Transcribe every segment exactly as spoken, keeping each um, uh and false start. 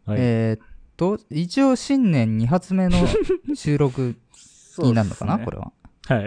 はい、 えー、っと一応新年に発目の収録になるのかな、ね、これは。 はい。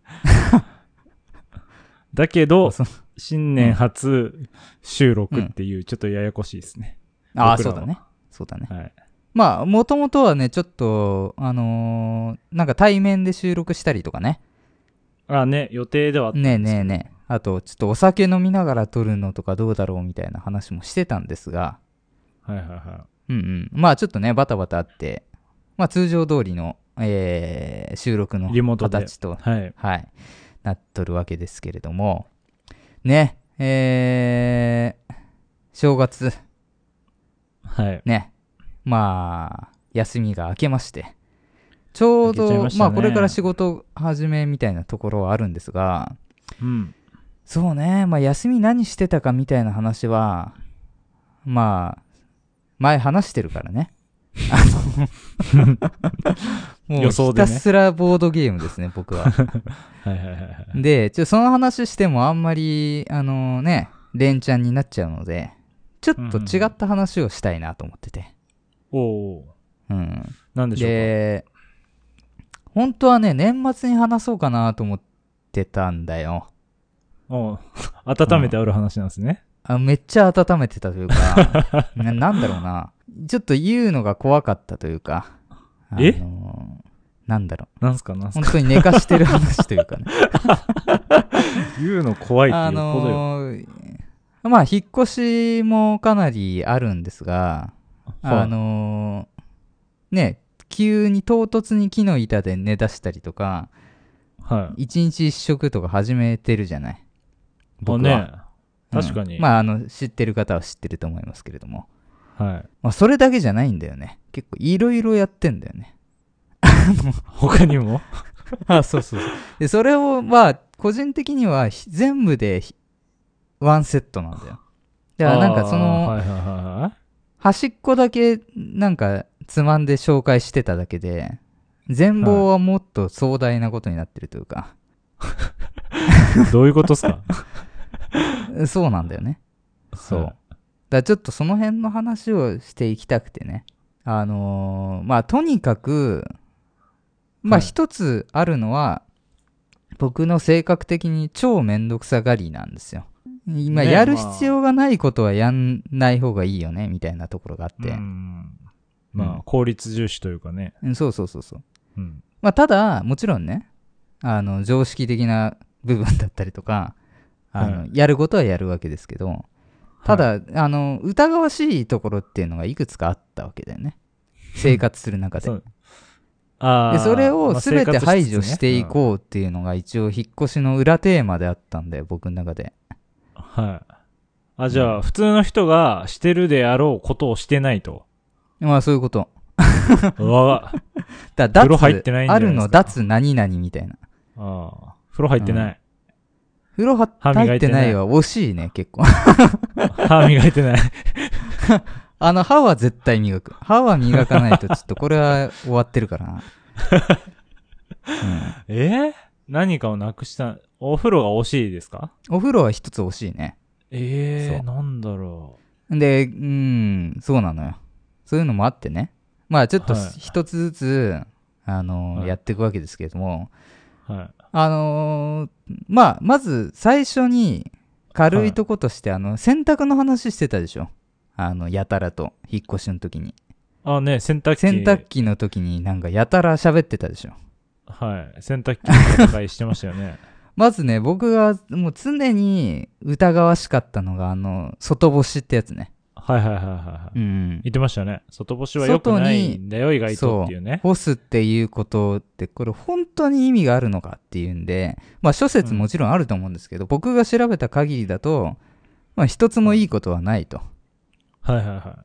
だけど新年初収録っていうちょっとややこしいですね。 うん、ああそうだね。そうだね。 はい。 まあもともとはねちょっとあのー、なんか対面で収録したりとかね。 ああね予定ではあったんですけど。 ねえねえねえ。あとちょっとお酒飲みながら撮るのとかどうだろうみたいな話もしてたんですが。 はいはいはい。 うんうん。まあちょっとねバタバタあって、まあ通常通りの、えー、収録の形と、 はい、 はい、なっとるわけですけれども、ね、えー、正月、 はい、 ね、まあ休みが明けまして、ちょうどま、ね、まあこれから仕事始めみたいなところはあるんですが、 うん、 そうね、まあ休み何してたかみたいな話は、まあ前話してるからね。あのもうひたすらボードゲームですね、僕は。 はいはいはいはい。 で、ちょその話してもあんまりあのね連チャンになっちゃうので、ちょっと違った話をしたいなと思ってて。 うんうん、おお。 うん。 なんでしょうか。 で、本当はね年末に話そうかなと思ってたんだよ。 お温めてある話なんですね。 うん、あめっちゃ温めてたというかな、なんだろうな。ちょっと言うのが怖かったというか。あのー、 えなんだろう。なんすかなんすか。 本当に寝かしてる話というかね。 言うの怖いっていうことよ。 あのー、まあ引っ越しもかなりあるんですが、はい、あのー、ね急に唐突に木の板で寝出したりとか、 はい、 一日一食とか始めてるじゃない。僕は。 ね、確かに、 うん、まああの知ってる方は知ってると思いますけれども。 はい。 まあそれだけじゃないんだよね。結構いろいろやってんだよね。 他にもあ、そうそうそう。で、それを、まあ、個人的には全部でワンセットなんだよ。だからなんかその、 はいはいはいはい、 端っこだけなんかつまんで紹介してただけで、全貌はもっと壮大なことになってるというか。 はい、どういうことっすかそうなんだよね。そう。はい、だからちょっとその辺の話をしていきたくてね。あのー、まあとにかく、まあ一つあるのは、はい、僕の性格的に超めんどくさがりなんですよ。今やる必要がないことはやんない方がいいよねみたいなところがあって、 うんまあ効率重視というかね、 うん、そうそうそうそう、 うん、 まあただもちろんねあの常識的な部分だったりとかあの、はい、やることはやるわけですけど、ただ、はい、あの疑わしいところっていうのがいくつかあったわけだよね、生活する中であでそれを全て排除していこうっていうのが一応引っ越しの裏テーマであったんだよ、僕の中で。 はい。あ、じゃあ、うん、普通の人がしてるであろうことをしてないと。 まあそういうこと。 うわだ風呂入ってないんじゃないですか。あるの脱何々みたいな。 ああ。風呂入ってない。うん、 風呂入ってないは惜しいね、結構。 歯磨いてない。 あの、歯は絶対磨く。歯は磨かないと、ちょっとこれは終わってるからな。うん、 えー、何かをなくした、お風呂が惜しいですか？ お風呂は一つ惜しいね。 えー、なんだろう。で、うーん、そうなのよ。そういうのもあってね。まあちょっと一つずつ、はい、あのーはい、やっていくわけですけれども、はい、あのー、まあまず最初に軽いとことして、はい、あの洗濯の話してたでしょ。あのやたらと引っ越しの時に。 あね、洗濯機。 洗濯機の時になんかやたら喋ってたでしょ。 はい、洗濯機の戦いしてましたよね。 まずね、僕がもう常に疑わしかったのがあの外干しってやつね。 はいはいはいはい、 うん、 言ってましたね。外干しは良くないんだよ意外とっていうね。 そう干すっていうことってこれ本当に意味があるのかっていうんで、まあ諸説もちろんあると思うんですけど、うん、僕が調べた限りだと、まあ一つもいいことはないと。 はいはいはい。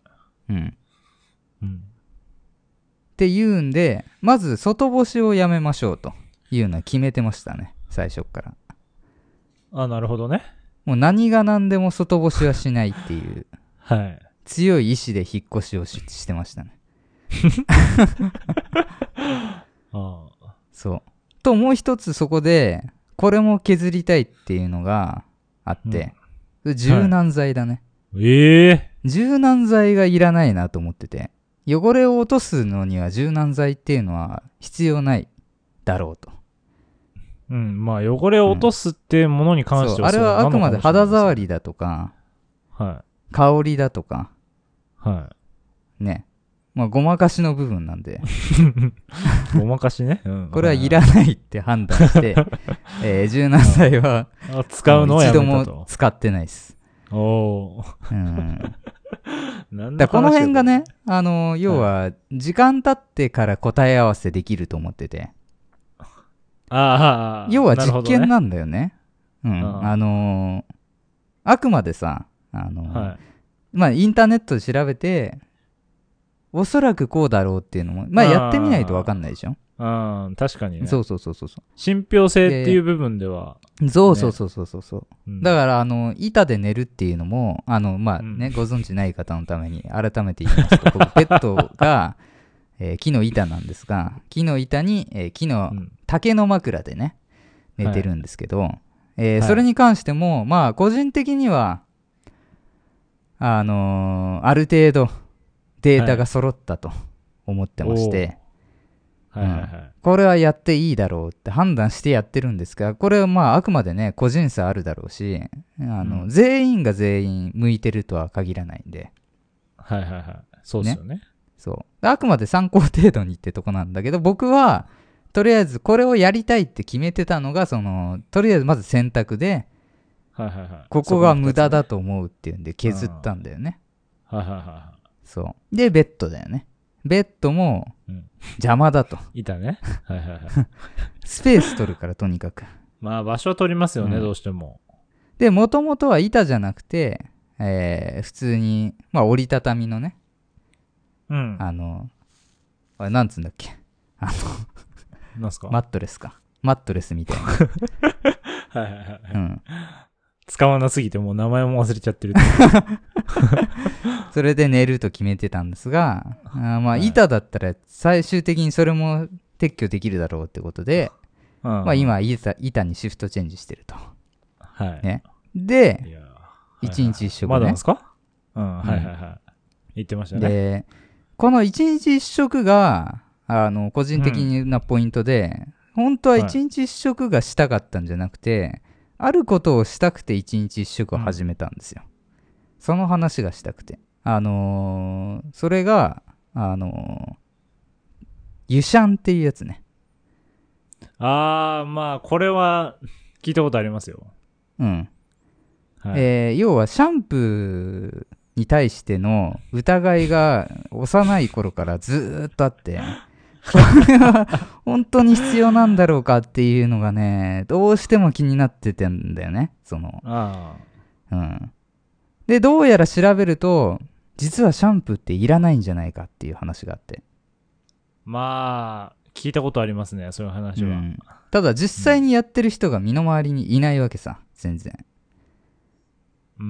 うん。 うん。 っていうんで、まず外干しをやめましょうというのは決めてましたね、最初から。 あ、なるほどね。 もう何が何でも外干しはしないっていう。 はい。 強い意志で引っ越しを し, してましたね。 ああ。 そう。ともう一つそこでこれも削りたいっていうのがあって、うん、柔軟剤だね。 はい、ええ柔軟剤がいらないなと思ってて、汚れを落とすのには柔軟剤っていうのは必要ないだろうと。 うん、まあ汚れを落とすっていうものに関しては、 うん、そうあれはあくまで肌触りだとか、 はい、 香りだとか、 はい、 ね、まあごまかしの部分なんでごまかしね、うん、 これはいらないって判断して、えー、柔軟剤は使うのはやめたと。 一度も使ってないです。 おー、 うんなんだこの辺がね、あの要は時間経ってから答え合わせできると思ってて、 ああ、 要は実験なんだよね。うん、あのー、あくまでさ、あのーはい、まあインターネットで調べて、おそらくこうだろうっていうのも、まあやってみないと分かんないでしょ。 ああ、確かにね。 そうそうそうそう。 信憑性っていう部分では、 ね、そうそうそうそうそう、うん。だからあの板で寝るっていうのも、あのまあね、うん、ご存知ない方のために改めて言いますと、僕ペットが、えー、木の板なんですが、木の板に、えー、木の竹の枕でね、寝てるんですけど、はい、えーはい、それに関してもまあ個人的にはあのー、ある程度データが揃ったと思ってまして、はいうんはいはい、これはやっていいだろうって判断してやってるんですが、これはまああくまでね個人差あるだろうし、あの、うん、全員が全員向いてるとは限らないんで、 はいはいはい、そうですよね。 ねそうあくまで参考程度にってとこなんだけど、僕はとりあえずこれをやりたいって決めてたのが、そのとりあえずまず選択で、はいはいはい、ここが無駄だと思うっていうんで削ったんだよね。はいはいはい。そうでベッドだよね。ベッドも邪魔だと。 いたね。はいはいはい。 スペース取るからとにかく。 まあ場所取りますよね、うん、どうしても。 でもともとは板じゃなくて、えー、普通にまあ折りたたみのね。うん。あのあれなんつうんだっけ。あのなんすか。 マットレスか。マットレスみたいな。 はいはいはい。うん。使わなすぎてもう名前も忘れちゃってるそれで寝ると決めてたんですが、あまあ板だったら最終的にそれも撤去できるだろうってことで、まあ今板、板にシフトチェンジしてると。はいね、で一日一食ね。 まだなんですか。うん、はいはいはい。言ってましたね。 でこの一日一食があの個人的なポイントで、うん、本当は一日一食がしたかったんじゃなくて、あることをしたくて一日一食を始めたんですよ、うん、その話がしたくて、あのー、それがあのー、湯シャンっていうやつね。 あーまあこれは聞いたことありますよ。 うん、はい、えー、要はシャンプーに対しての疑いが幼い頃からずーっとあってこれは本当に必要なんだろうかっていうのがね、どうしても気になっててんだよね。そのあ、うん、でどうやら調べると実はシャンプーっていらないんじゃないかっていう話があって、 まあ聞いたことありますね、そういう話は、うん、 ただ実際にやってる人が身の回りにいないわけさ、全然。うん、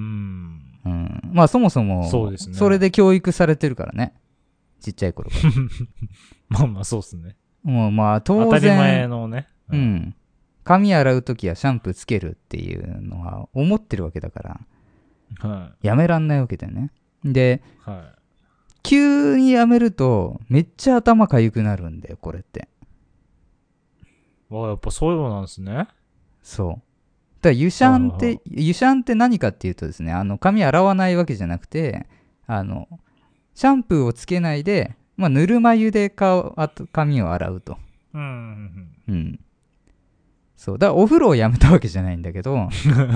うん、まあそもそもそうですね、それで教育されてるからね、ちっちゃい頃からまあまあそうっすね。 もうまあ当然当たり前のね、 うん、うん、髪洗うときはシャンプーつけるっていうのは思ってるわけだから、はい、やめらんないわけだよね。で、はい、急にやめるとめっちゃ頭かゆくなるんだよこれって。 わあ、やっぱそういうのなんですね。 そうだから湯シャンって湯シャンって何かっていうとですね、あの髪洗わないわけじゃなくて、あのシャンプーをつけないで、まあ、ぬるま湯で顔あと髪を洗うと。うん、うんうん、そうだからお風呂をやめたわけじゃないんだけど、うん、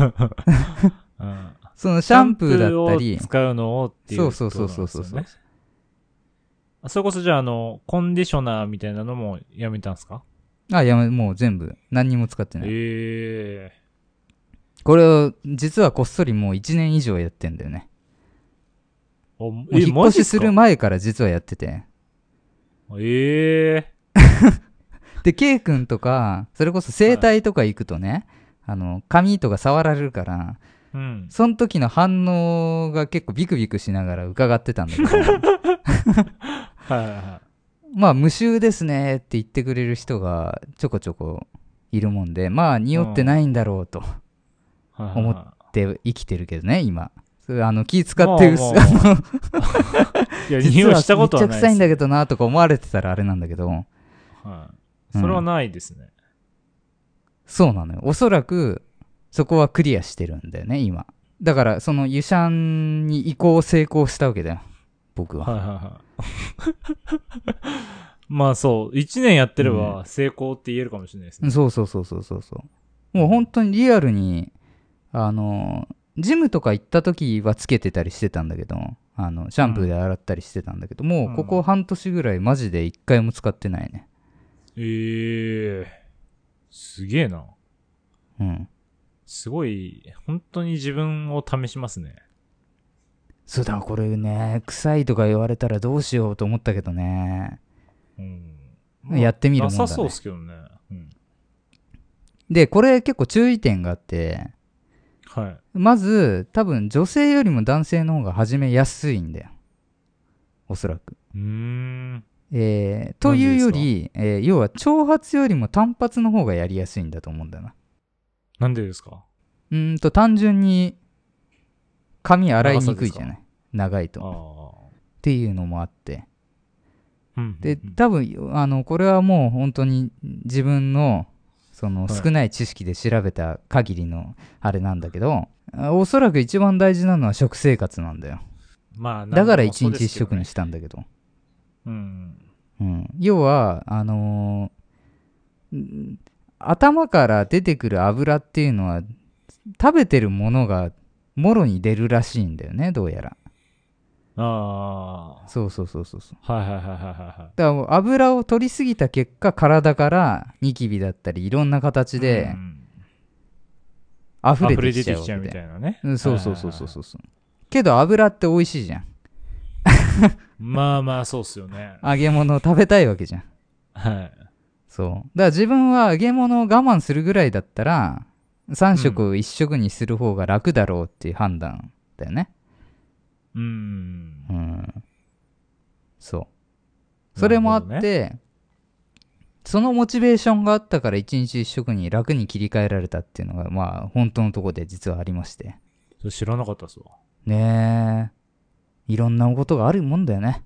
そのシャンプーだったり使うのをっていう、 そうそうそうそうそう、 それこそじゃあ、あのコンディショナーみたいなのもやめたんですか。 あ、やめ、もう全部何にも使ってない。えー、これを実はこっそりもういちねん以上やってんだよね。おもう引っ越しする前から実はやってて。ええー、で K 君とかそれこそ整体とか行くとね、はい、あの髪とか触られるから、うん、その時の反応が結構ビクビクしながら伺ってたんだけどはいはいはい、まあ無臭ですねって言ってくれる人がちょこちょこいるもんで、まあ匂ってないんだろうと思って生きてるけどね、今それあの気使ってうっす、 まあまあまあいや匂いしたことはないです。 めっちゃ臭いんだけどなとか思われてたらあれなんだけど、 はい、それはないですね、うん、 そうなのよ。おそらくそこはクリアしてるんだよね今。だからそのユシャンに移行成功したわけだよ僕は。 はいはいはいまあそういちねんやってれば成功って言えるかもしれないですね、 うん、そうそうそうそうそうそう。もう本当にリアルにあのジムとか行った時はつけてたりしてたんだけど、あのシャンプーで洗ったりしてたんだけど、うん、もうここ半年ぐらいマジで一回も使ってないね。 えー、すげえな。 うん。 すごい本当に自分を試しますね。 そうだ、これね臭いとか言われたらどうしようと思ったけどね、 うんまあ、 やってみるもんだね。 なさそうですけどね、うん、 でこれ結構注意点があって、 はい、 まず多分女性よりも男性の方が始めやすいんだよおそらく。 うーんえー、というより、えー、要は長髪よりも短髪の方がやりやすいんだと思うんだな。 なんでですか？ うーんと単純に髪洗いにくいじゃない、長いと。 あっていうのもあって、 うん、 で多分あのこれはもう本当に自分のその少ない知識で調べた限りのあれなんだけど、はい、おそらく一番大事なのは食生活なんだよ。まあ、だから一日一食にしたんだけど、 うんうん、要はあのー、頭から出てくる油っていうのは食べてるものがもろに出るらしいんだよね、どうやら。 ああそうそうそうそうそう。 はいはいはいはいはい。 だから油を取りすぎた結果、体からニキビだったりいろんな形で溢れてきちゃうわけで、 溢れ出てきちゃうみたいなね。 うん、そうそうそうそうそうそう。けど油って美味しいじゃん。 まあまあそうっすよね。 揚げ物を食べたいわけじゃん。 はい。 そう。だから自分は揚げ物を我慢するぐらいだったら、さん食をいち食にする方が楽だろうっていう判断だよね。 うん。 うん。そう。それもあって、ね、そのモチベーションがあったからいちにちいっ食に楽に切り替えられたっていうのが、まあ、本当のところで実はありまして。 それ知らなかったっすわ。 ねえ。いろんなことがあるもんだよね。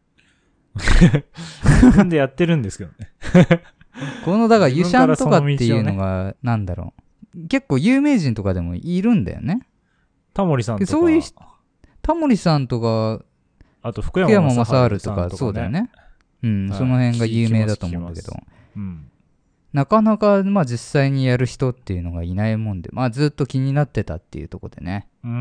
自分でやってるんですけどね。 この、だから、ユシャンとかっていうのが、なんだろう。結構有名人とかでもいるんだよね。 タモリさんとか。 そういう、タモリさんとか、 あと福山雅治とか、そうだよね。うん、はい、その辺が有名だと思うんだけど。うん。なかなか、まあ実際にやる人っていうのがいないもんで、まあずっと気になってたっていうところでね。 うん。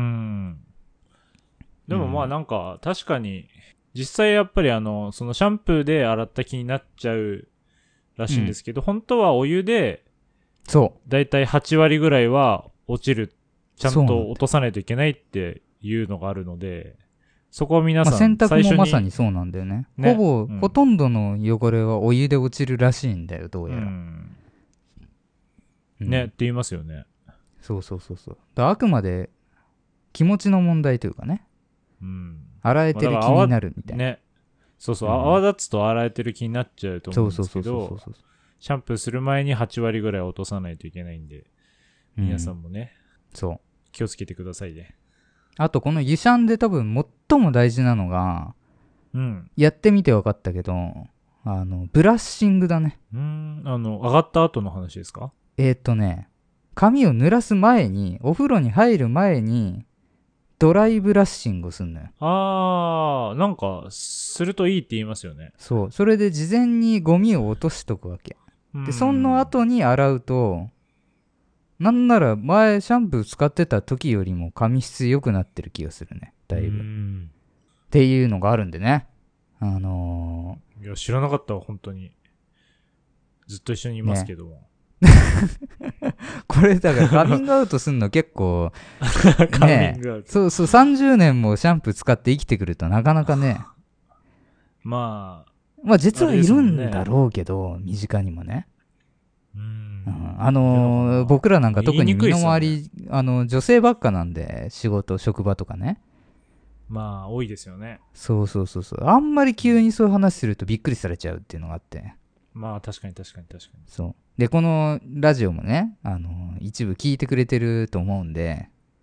でもまあなんか、確かに、実際やっぱりあの、そのシャンプーで洗った気になっちゃうらしいんですけど、うん、本当はお湯で、 そう。 だいたいはち割ぐらいは落ちる、ちゃんと落とさないといけないっていうのがあるので、そこは皆さん、 まあ、洗濯もまさにそうなんだよね。ね、ほぼ、うん、ほとんどの汚れはお湯で落ちるらしいんだよ、どうやら。うんうん、ね、って言いますよね。 そうそうそうそう。だあくまで気持ちの問題というかね。うん、洗えてる気になるみたいな。 ね。そうそう、うん、泡立つと洗えてる気になっちゃうと思うんですけど、シャンプーする前にはち割ぐらい落とさないといけないんで、うん、皆さんもね、そう。気をつけてくださいね。 あとこのユシャンで多分最も大事なのが、うん、やってみて分かったけど、あのブラッシングだね。 うーん、あの上がった後の話ですか？ えー、っとね、髪を濡らす前に、お風呂に入る前にドライブラッシングをするのよ。 あー、なんかするといいって言いますよね。 そう、それで事前にゴミを落としとくわけ。で、その後に洗うと。なんなら前シャンプー使ってた時よりも髪質良くなってる気がするね、だいぶ。っていうのがあるんでね。あのー、いや知らなかったわ本当に。ずっと一緒にいますけども。 ね、これだからカミングアウトすんの結構、ね、カミングアウト。そうそうさんじゅうねんもシャンプー使って生きてくるとなかなかね。 まあまあ実はいるんだろうけど、身近にもね。うんうん、あのー、僕らなんか特に身の回り、ね、あの女性ばっかなんで仕事職場とかね、 まあ多いですよね。 そうそうそうそう、あんまり急にそういう話するとびっくりされちゃうっていうのがあって、 まあ確かに確かに確かに。 そうでこのラジオもね、あのー、一部聞いてくれてると思うんで、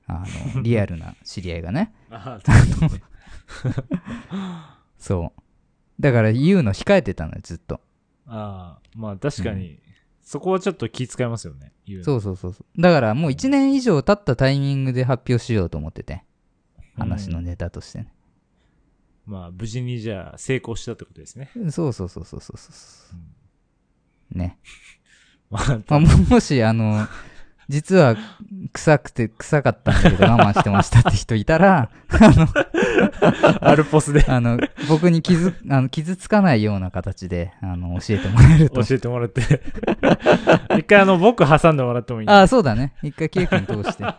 あのリアルな知り合いがねあそうだから言うの控えてたのよずっと。 ああまあ確かに、うん、そこはちょっと気遣いますよね。言うのそうそうそうそうだからもういちねん以上経ったタイミングで発表しようと思ってて、話のネタとしてね、 うん、まあ無事にじゃあ成功したってことですね。 そうそうそうそうそうそう、うん、ねまあ、 まあ、もしあの実は臭くて臭かったんだけど我慢してましたって人いたらあのアルポスであの僕に傷あの傷つかないような形であの教えてもらえると教えてもらって一回あの僕挟んでもらってもいい？ ああそうだね一回ケイ君通して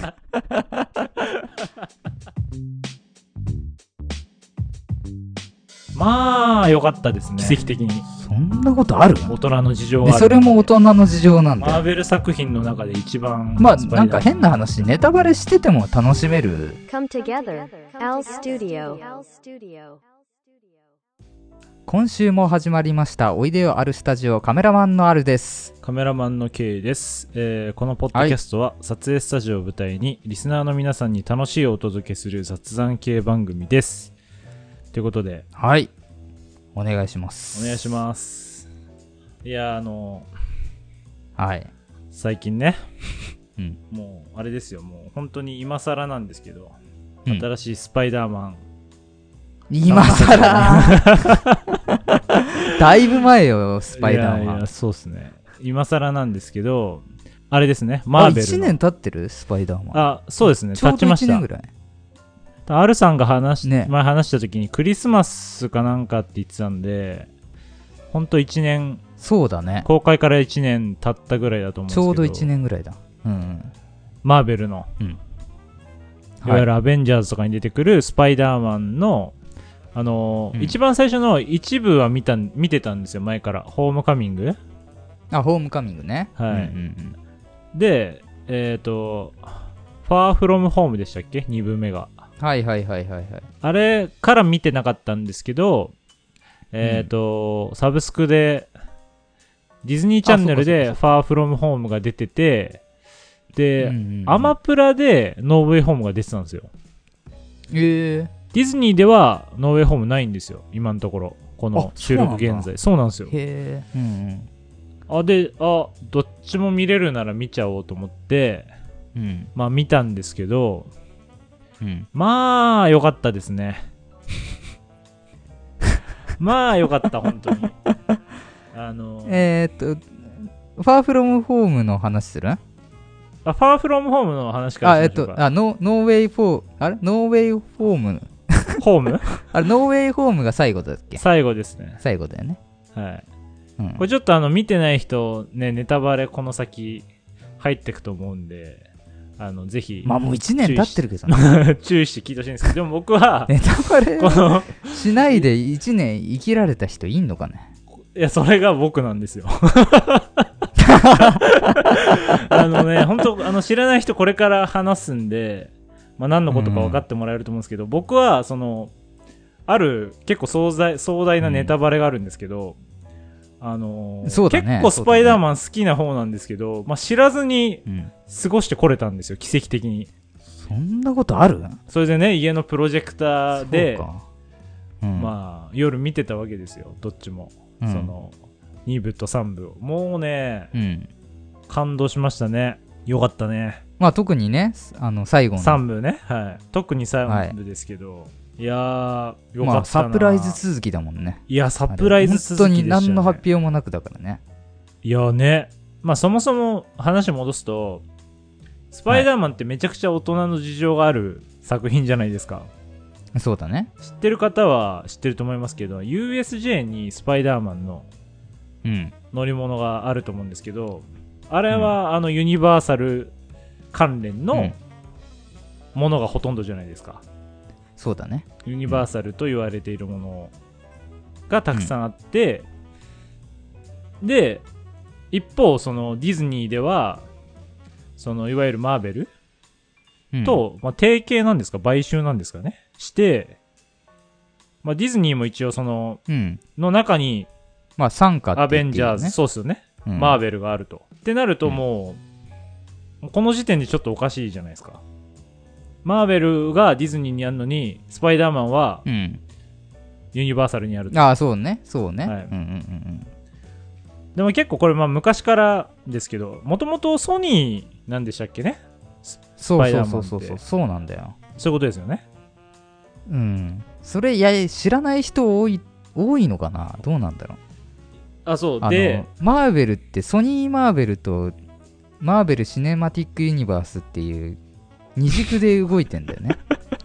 まあよかったですね奇跡的に。 そんなことある？ 大人の事情がある。 それも大人の事情なんだよ。 マーベル作品の中で一番まあなんか変な話ネタバレしてても楽しめる。 Come together, Al Studio。 今週も始まりましたおいでよアルスタジオ。カメラマンのアルです。 カメラマンの K です、えー、このポッドキャストは撮影スタジオを舞台にリスナーの皆さんに楽しいをお届けする雑談系番組です。ということで、 はいお願いします。 お願いします。いやあのはい最近ね、 うん、 もうあれですよ、もう本当に今更なんですけど、 うん、 新しいスパイダーマン今更だいぶ前よスパイダーマン。 いやいやそうですね今更なんですけど、あれですねマーベルのいちねん経ってるスパイダーマン。 あそうですね経ちました。 ちょうどいちねんぐらい。 アルさんが話し、 ね、 前話した時にクリスマスかなんかって言ってたんで、ほんといちねん、 そうだね、 公開からいちねん経ったぐらいだと思うんですけど、 ちょうどいちねんぐらいだ、うんうん、 マーベルの、うん、いわゆるアベンジャーズとかに出てくるスパイダーマンの、あのーうん、一番最初の一部は見た見てたんですよ前から。ホームカミング、 あホームカミングね、 はい、うんうんうん、 でえっ、ー、とファーフロムホームでしたっけにぶんめが。 はいはいはいはいはい。 あれから見てなかったんですけど、えっ、ー、と、うん、サブスクでディズニーチャンネルでファーフロムホームが出てて、で、うんうんうん、アマプラでノーウェイホームが出てたんですよ。 えー、 ディズニーではノーウェイホームないんですよ今のところ。この収録現在。そうなんですよ。 へー、うんうん、あであどっちも見れるなら見ちゃおうと思って、うん、まあ見たんですけど、うん、まあ良かったですねまあ良かった本当にあのえー、っとファーフロムホームの話する？あファーフロムホームの話からしましょうか。 あえっとあノノーウェイフォーあれノーウェイホームホームあれノーウェイホームが最後だっけ？ 最後ですね。 最後だよね。 はい、うん、これちょっとあの見てない人ねネタバレこの先入ってくと思うんで、あのぜひまあもういちねん経ってるけどね注意して聞いてほしいんですけど、でも僕はネタバレしないでいちねん生きられた人いんのかね。 いやそれが僕なんですよあのね本当あの知らない人これから話すんで、まあ、何のことか分かってもらえると思うんですけど、うん、僕はそのある結構壮大、壮大なネタバレがあるんですけど、うんあのーね、結構スパイダーマン好きな方なんですけど、ねまあ、知らずに過ごしてこれたんですよ、奇跡的に。 そんなことある？ それでね家のプロジェクターで、うんまあ、夜見てたわけですよどっちも、うん、そのにぶとさんぶをもうね、うん、感動しましたね。よかったね。 まあ特にねあの最後のさんぶね、はい、特にさんぶですけど、はい、いやーよかったな、まあ、 サプライズ続きだもんね。 いやサプライズ続きでしたね。 本当に何の発表もなくだからね。 いやねまあそもそも話戻すとスパイダーマンってめちゃくちゃ大人の事情がある作品じゃないですか。 そうだね。 知ってる方は知ってると思いますけど ユーエスジェー にスパイダーマンの乗り物があると思うんですけど、あれは、うん、あのユニバーサル関連のものがほとんどじゃないですか、うん、 そうだね。 ユニバーサルと言われているものがたくさんあって、うん、で一方そのディズニーではそのいわゆるマーベルと、うんまあ、提携なんですか買収なんですかねして、まあ、ディズニーも一応その、うん、の中にまあ傘下ってアベンジャーズ、そうっすよね、うん、マーベルがあるとってなるともう、うん、この時点でちょっとおかしいじゃないですか。 マーベルがディズニーにあるのにスパイダーマンはうんユニバーサルにあると、 ああそうねそうね、 はい、 うんうんうんうんでも結構これまあ昔からですけど、もともとソニーなんでしたっけね、 そうそうそうそうそうそうなんだよ。 そういうことですよね。 うん。それいや知らない人多い多いのかな、どうなんだろう。 あそうでマーベルってソニーマーベルとマーベルシネマティックユニバースっていう二軸で動いてんだよね。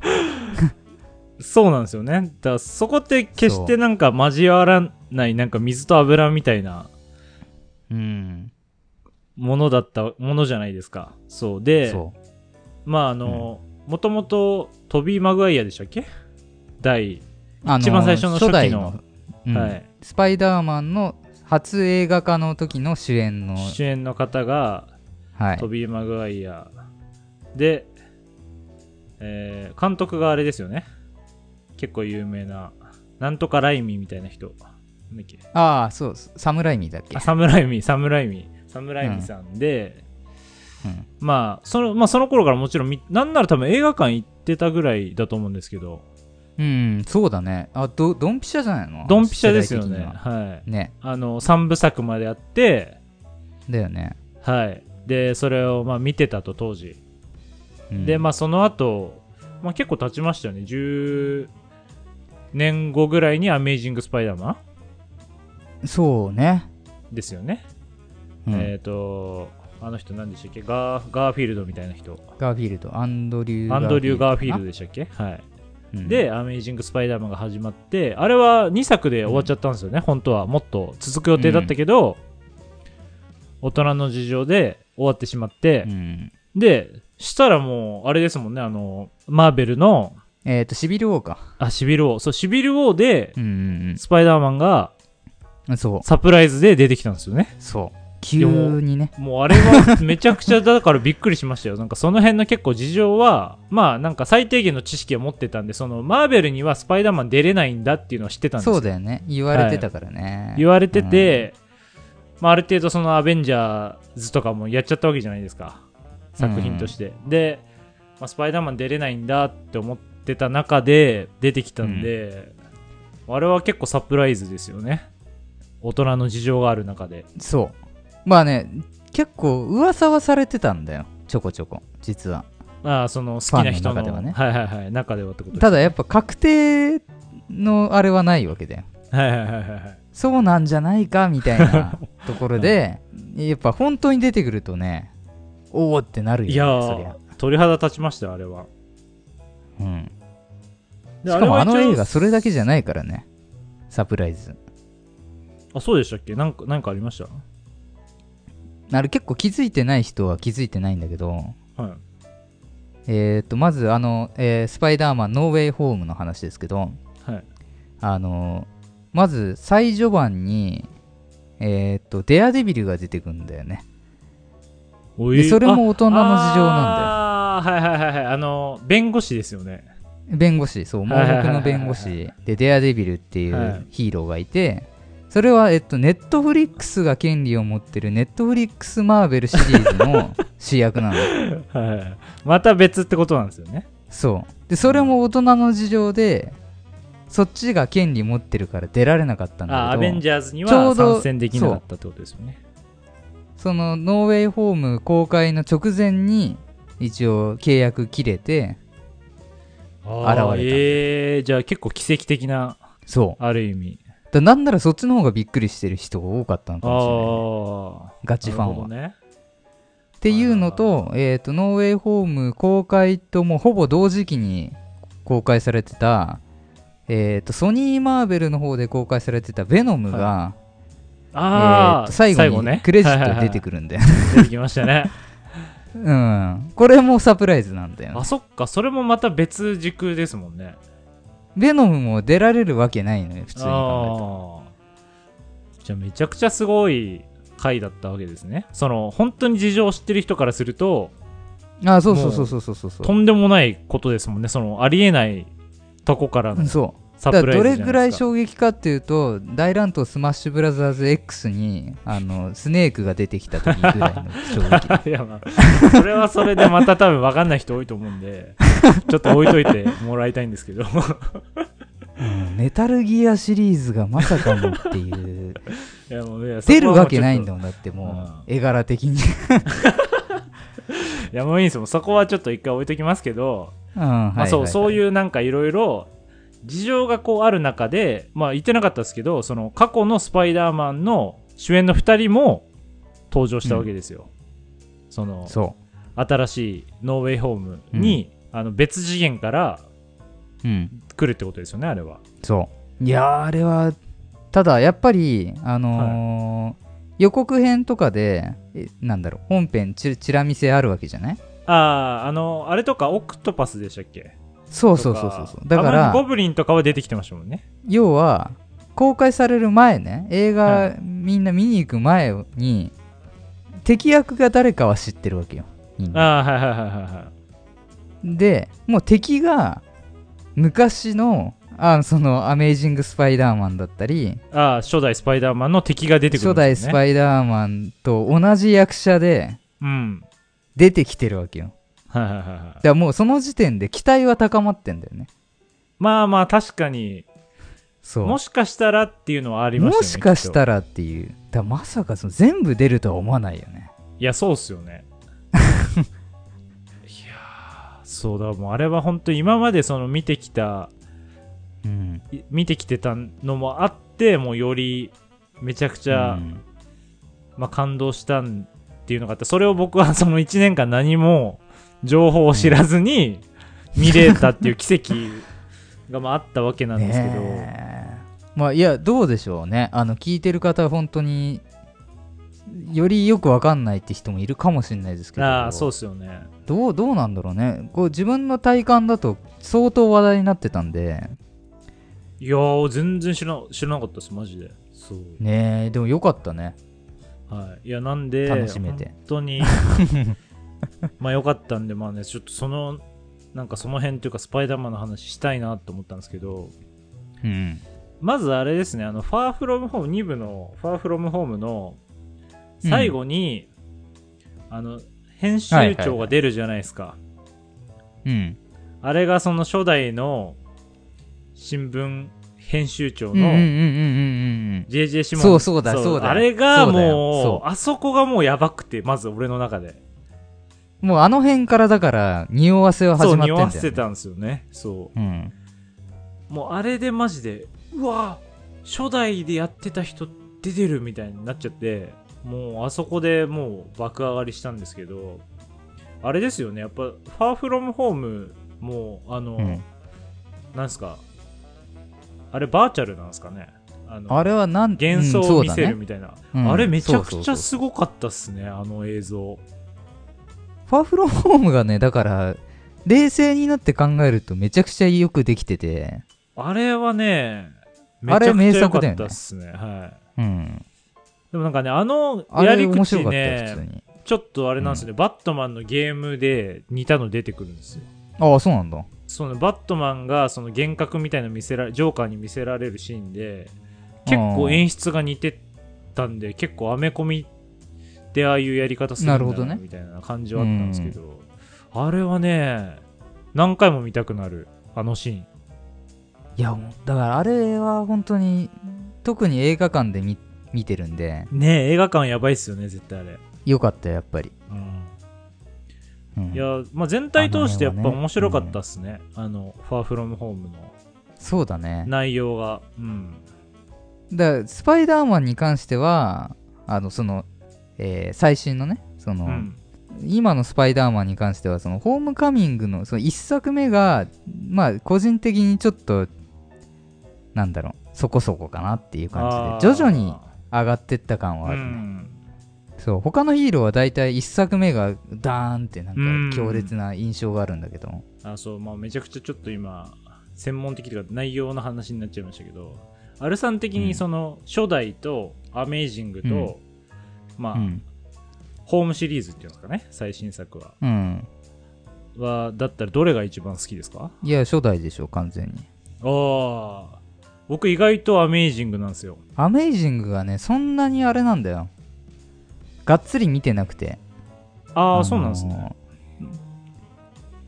そうなんですよね。だからそこって決してなんか交わらないなんか水と油みたいなうんものだったものじゃないですか。そうでそうまああのもともとトビー・マグワイアでしたっけ、第一番最初の初期の、の、 うんはい、スパイダーマンの初映画化の時の主演の主演の方が、はい、トビー・マグワイアで、えー、監督があれですよね、結構有名ななんとかライミーみたいな人、なんだっけ、 ああそうサムライミーだっけ、 あサムライミーサムライミーサムライミーさんで、うんうん、まあそのまあその頃からもちろんなんなら多分映画館行ってたぐらいだと思うんですけど、 うんそうだね、あどドンピシャじゃないの、 ドンピシャですよね、はいね、あのさんぶさくまであってだよね、 はいでそれをまあ見てたと当時、うん、でまあその後、まあ結構経ちましたよね、じゅうねんごぐらいにアメイジングスパイダーマン、そうねですよね、うん、えっ、ー、とあの人何でしたっけ、ガーガーフィールドみたいな人、 ガーフィールドアンドリューアンドリュー・ガーフィールドでしたっけ、はい、うん、でアメイジングスパイダーマンが始まって、あれはにさくで終わっちゃったんですよね、うん、本当はもっと続く予定だったけど、うん、大人の事情で終わってしまって、うん、でしたらもうあれですもんね、あのマーベルのえっ、ー、とシビルウォーか、 あシビルウォー、そうシビルウォーで、うんうんうん、スパイダーマンがそうサプライズで出てきたんですよね。 そう急にね、 もう、もうあれはめちゃくちゃだからびっくりしましたよ。なんかその辺の結構事情はまあなんか最低限の知識を持ってたんで、そのマーベルにはスパイダーマン出れないんだっていうのを知ってたんですよ。 そうだよね、言われてたからね、 はい、言われてて、うん、まあある程度そのアベンジャーズとかもやっちゃったわけじゃないですか、作品として、うん、で、まあ、スパイダーマン出れないんだって思ってた中で出てきたんで、うん、あれは結構サプライズですよね、大人の事情がある中で。 そうまあね結構噂はされてたんだよ、ちょこちょこ実は。 ああその好きな人の中ではね、 はいはいはい中ではってことです、ね、 ただやっぱ確定のあれはないわけだよ。 はいはいはいはいそうなんじゃないかみたいなところでやっぱ本当に出てくるとねおおってなるよね。 いやーそりゃ鳥肌立ちましたよあれは。 うんしかもあの映画それだけじゃないからね、サプライズ。 あそうでしたっけ、なんかなんかありました。 あれ結構気づいてない人は気づいてないんだけど、 はい、 えーとまずあの、えー、スパイダーマンノーウェイホームの話ですけど、 はい、 あのまず最序盤にえーとデアデビルが出てくるんだよね。でそれも大人の事情なんだよ。 ああはいはいはいはい、あの弁護士ですよね。 弁護士、そう盲目の弁護士でデアデビルっていうヒーローがいて、はい、それは、えっと、ネットフリックスが権利を持ってるネットフリックスマーベルシリーズの主役なの、 はい、また別ってことなんですよね。 そうでそれも大人の事情でそっちが権利持ってるから出られなかったんだけど、 あアベンジャーズには参戦できなかったってことですよね。 そのノーウェイホーム公開の直前に一応契約切れて現れた。 えー、じゃあ結構奇跡的な、 そうある意味だなんならそっちの方がびっくりしてる人が多かったのかもしれない、ね、ガチファンは、ね、っていうのと、えーと、ノーウェイホーム公開ともほぼ同時期に公開されてた、えーと、ソニーマーベルの方で公開されてたベノムが、はい、あえーと最後にクレジット出てくるんで、ね、 出てきましたねうん、これもサプライズなんだよね。 あそっか、それもまた別軸ですもんね。 ベノムも出られるわけないのよ普通に考えたら。じゃあめちゃくちゃすごい回だったわけですね。その本当に事情を知ってる人からすると、 あそうそうそうそうそうそうそうとんでもないことですもんね。そのありえないとこからのサプライズじゃないですか。だからどれぐらい衝撃かっていうと、大乱闘スマッシュブラザーズ X にあのスネークが出てきた時ぐらいの衝撃いや、まあ、それはそれでまた多分分かんない人多いと思うんでちょっと置いといてもらいたいんですけど、 うん、メタルギアシリーズがまさかのっていういやもういや出るわけないんだもんだってもう、 うん、 絵柄的にいやもういいんですよ、そこはちょっと一回置いときますけど、 うん、はいはいはい、 まあ、そうそういうなんかいろいろ事情がこうある中で、まあ言ってなかったですけど、その過去のスパイダーマンの主演のふたりも登場したわけですよ、うん、そのそう新しいノーウェイホームに、うん、あの別次元から来るってことですよね、あれは。 そういやあれはただやっぱりあのーはい、予告編とかでなんだろう本編ちチラ見せあるわけじゃない？ あああのあれとかオクトパスでしたっけ？ そうそうそうそうそうだからゴブリンとかは出てきてましたもんね。 要は公開される前ね映画、はい、みんな見に行く前に敵役が誰かは知ってるわけよ。 ああはいはいはいはいはい。 でもう敵が昔のあそのアメイジングスパイダーマンだったりああ初代スパイダーマンの敵が出てくるんですよね。 初代スパイダーマンと同じ役者で出てきてるわけよ、 はいはいはいはい。 だからもうその時点で期待は高まってんだよね。 まあまあ確かにそうもしかしたらっていうのはありましたよね。 もしかしたらっていうだまさかその全部出るとは思わないよね。 いやそうっすよねいやそうだもうあれは本当に今までその見てきた、うん、見てきてたのもあってもうよりめちゃくちゃ、うんまあ、感動したっていうのがあってそれを僕はそのいちねんかん何も情報を知らずに見れたっていう奇跡がまああったわけなんですけど、 ね、まあいやどうでしょうねあの聞いてる方は本当によりよく分かんないって人もいるかもしれないですけどああそうですよねどう、どうなんだろうねこう自分の体感だと相当話題になってたんでいやー全然知ら、知らなかったですマジでそうねえでもよかったねはいいやなんで楽しめて本当にまあよかったんでまあねちょっとそのなんかその辺というかスパイダーマンの話したいなと思ったんですけど、うん、まずあれですねあのファーフロムホームに部のファーフロムホームの最後に、うん、あの編集長が出るじゃないですか、はいはいはい、うんあれがその初代の新聞編集長の ジェイジェイ シモンそうそうだそうだあれがもうあそこがもうやばくてまず俺の中でもうあの辺からだから匂わせは始まってんだよね。そう匂わせたんですよねそう、うん、もうあれでマジでうわ初代でやってた人出てるみたいになっちゃってもうあそこでもう爆上がりしたんですけどあれですよねやっぱファーフロムホームもうあの、うん、なんすかあれバーチャルなんですかね あのあれはなん幻想を見せるみたいな、うんねうん、あれめちゃくちゃすごかったっすねあの映像ファーフロムホームがねだから冷静になって考えるとめちゃくちゃよくできててあれはねめちゃくちゃ良かったっすね、ねはい、うん、でもなんかねあのやり口ねちょっとあれなんですね、うん、バットマンのゲームで似たの出てくるんですよ。 ああそうなんだ。 そのバットマンがその幻覚みたいなの見せらジョーカーに見せられるシーンで結構演出が似てたんで結構アメコミでああいうやり方するんだなみたいな感じはあったんですけど、ね、あれはね何回も見たくなるあのシーン。 いやだからあれは本当に特に映画館で 見, 見てるんでねえ映画館やばいっすよね絶対あれよかったやっぱり、 うんうん、いや、まあ、全体通してやっぱ面白かったっすねあの、うん、ファーフロムホームのそうだね内容が、うん、 だからスパイダーマンに関してはあのその、えー、最新のねその、うん、今のスパイダーマンに関してはそのホームカミングのそのいっさくめがまあ個人的にちょっとなんだろうそこそこかなっていう感じで徐々に上がってった感はあるね、うん、そう他のヒーローはだいたいいっさくめがダーンってなんか強烈な印象があるんだけど、 うん、あそうまあめちゃくちゃちょっと今専門的というか内容の話になっちゃいましたけどアルさん的にその初代とアメイジングと、うん、まあ、うん、ホームシリーズっていうんですかね最新作は、うん、はだったらどれが一番好きですか？ いや初代でしょ完全に。 ああ僕意外とアメイジングなんですよ。 アメイジングがねそんなにあれなんだよがっつり見てなくてああそうなんですね。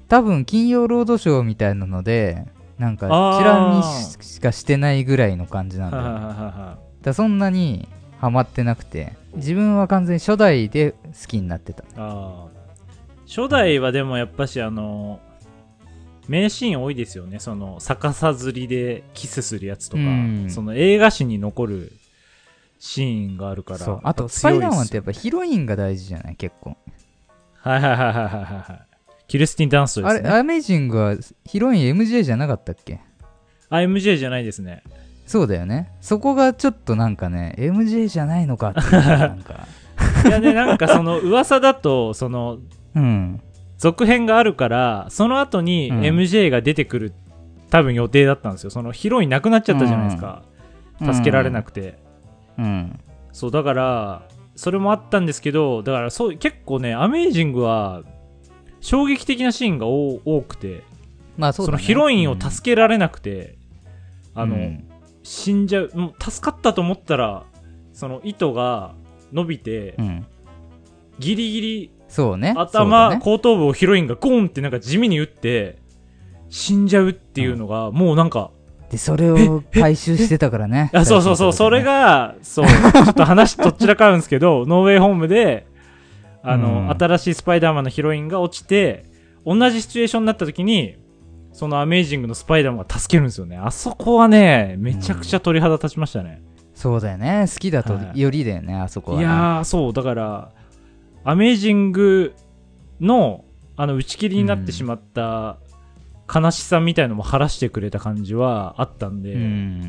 多分金曜ロードショーみたいなのでなんかチラ見しかしてないぐらいの感じなんだよ、ね、だそんなにハマってなくて、自分は完全に初代で好きになってた。 あ初代はでもやっぱしあの名シーン多いですよね。その逆さずりでキスするやつとか、うん、その映画史に残るシーンがあるから。そう、 あとスパイダーマンってやっぱヒロインが大事じゃない結構。 はいはいはいはいはいはいキルスティン・ダンストですね。 あれアメージングはヒロイン エムジェー じゃなかったっけ？ あ エムジェー じゃないですね。 そうだよね。そこがちょっとなんかね エムジェー じゃないのかっていうなんかいやねなんかその噂だとそのうん続編があるからその後に エムジェー が出てくる、うん、多分予定だったんですよ。そのヒロイン亡くなっちゃったじゃないですか、うん、助けられなくて、うん、そうだからそれもあったんですけど、だからそう結構ねアメージングは衝撃的なシーンが多くて、まあそうだね、そのヒロインを助けられなくて、うん、あの、うん、死んじゃう、もう助かったと思ったらその糸が伸びて、うん、ギリギリそうね頭、ね、後頭部をヒロインがゴンってなんか地味に打って死んじゃうっていうのが、うん、もうなんかでそれを回収してたからね。 あそうそうそう、それがそうちょっと話どちらかあるんですけどノーウェイホームであの、うん、新しいスパイダーマンのヒロインが落ちて同じシチュエーションになった時にそのアメージングのスパイダーマンが助けるんですよね。あそこはねめちゃくちゃ鳥肌立ちましたね、 うん、そうだよね。好きだとよりだよね、はい、あそこは、ね、 いやーそうだからアメージングのあの打ち切りになってしまった悲しさみたいのも晴らしてくれた感じはあったんで、うん、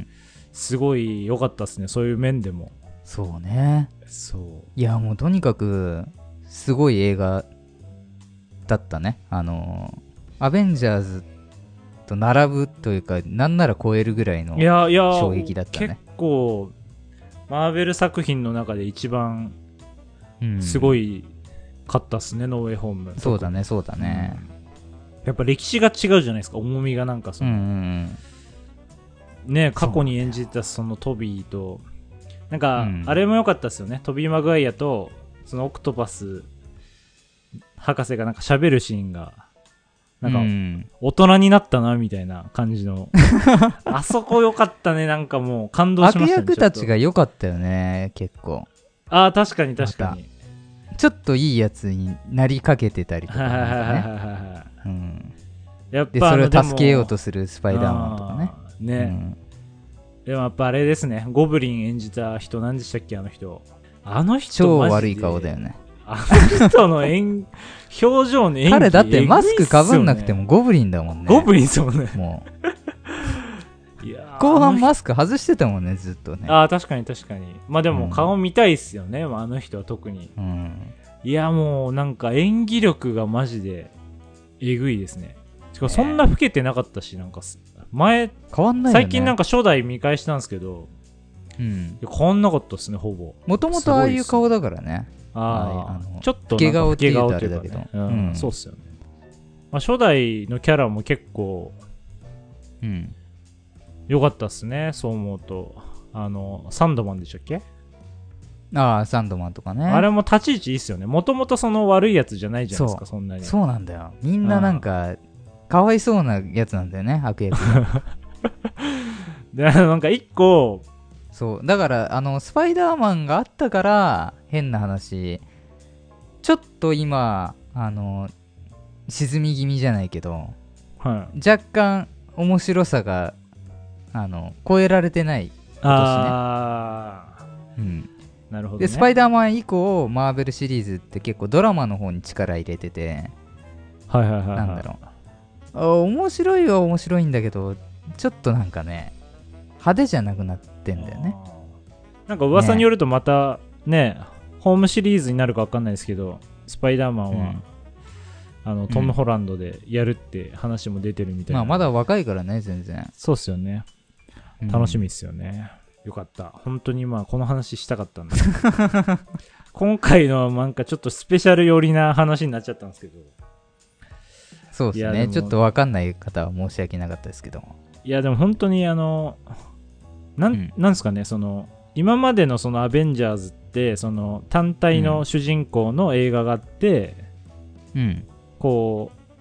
すごい良かったですね。そういう面でも。 そうね。 そういやもうとにかくすごい映画だったね。あのアベンジャーズと並ぶというかなんなら超えるぐらいの衝撃だったね。 結構マーベル作品の中で一番すごいかったっすね、うん、ノーウェイホーム。 そうだねそうだね、 うん、やっぱ歴史が違うじゃないですか。重みがなんかその、うんうんうん、ね過去に演じたそのトビーとなんか、うん、あれも良かったっすよね。トビー・マグワイアとそのオクトパス博士がなんか喋るシーンがなんか、うん、大人になったなみたいな感じのあそこ良かったね。なんかもう感動しましたね。 悪役たちが良かったよね結構。 ああ確かに確かに、 ま、ちょっといいやつになりかけてたりとかね。やっぱでそれを助けようとするスパイダーマンとかね。 ね、うん、でもやっぱあれですね。ゴブリン演じた人何でしたっけあの人。あの人超悪い顔だよね。 あの人の演表情の演技、 彼だってマスクかぶんなくてもゴブリンだもんね。 ゴブリンですもんね。もういや後半マスク外してたもんねずっとね。 ああ確かに確かに。まあでも顔見たいっすよね、うん、あの人は特に、うん、いやもうなんか演技力がマジでえぐいですね。しかもそんな老けてなかったし、なんか前変わんないよね。 最近なんか初代見返したんですけど、うん、変わんなかったっすねほぼ。 もともとああいう顔だからね。 ああちょっと老け顔っていうとあれだけど、ねうんうん、そうっすよね。まあ、初代のキャラも結構うん良かったっすね。そう思うとあのサンドマンでしたっけ。 ああサンドマンとかね。 あれも立ち位置いいっすよね。もともとその悪いやつじゃないじゃないですか。 そ, そんなにそうなんだよ。みんななんかかわいそうなやつなんだよね悪役でなんか一個そうだからあのスパイダーマンがあったから変な話ちょっと今あの沈み気味じゃないけど、はい、若干面白さがあの超えられてない今年ね。あー、うん、なるほどね。でスパイダーマン以降マーベルシリーズって結構ドラマの方に力入れてて、 はいはいはい、はい、 なんだろうあ面白いは面白いんだけどちょっとなんかね派手じゃなくなってんだよね。 なんか噂によるとまたね、ねホームシリーズになるか分かんないですけどスパイダーマンは、うん、あのトム・ホランドでやるって話も出てるみたいな、 うん、まあまだ若いからね全然。 そうっすよね。楽しみっすよね、うん、よかった本当に。まあこの話したかったんだ今回のなんかちょっとスペシャル寄りな話になっちゃったんですけど。 そうですね。ちょっと分かんない方は申し訳なかったですけど。 いやでも本当にあのなん、うん、なんですかねその今までのそのアベンジャーズってその単体の主人公の映画があって、うん、こう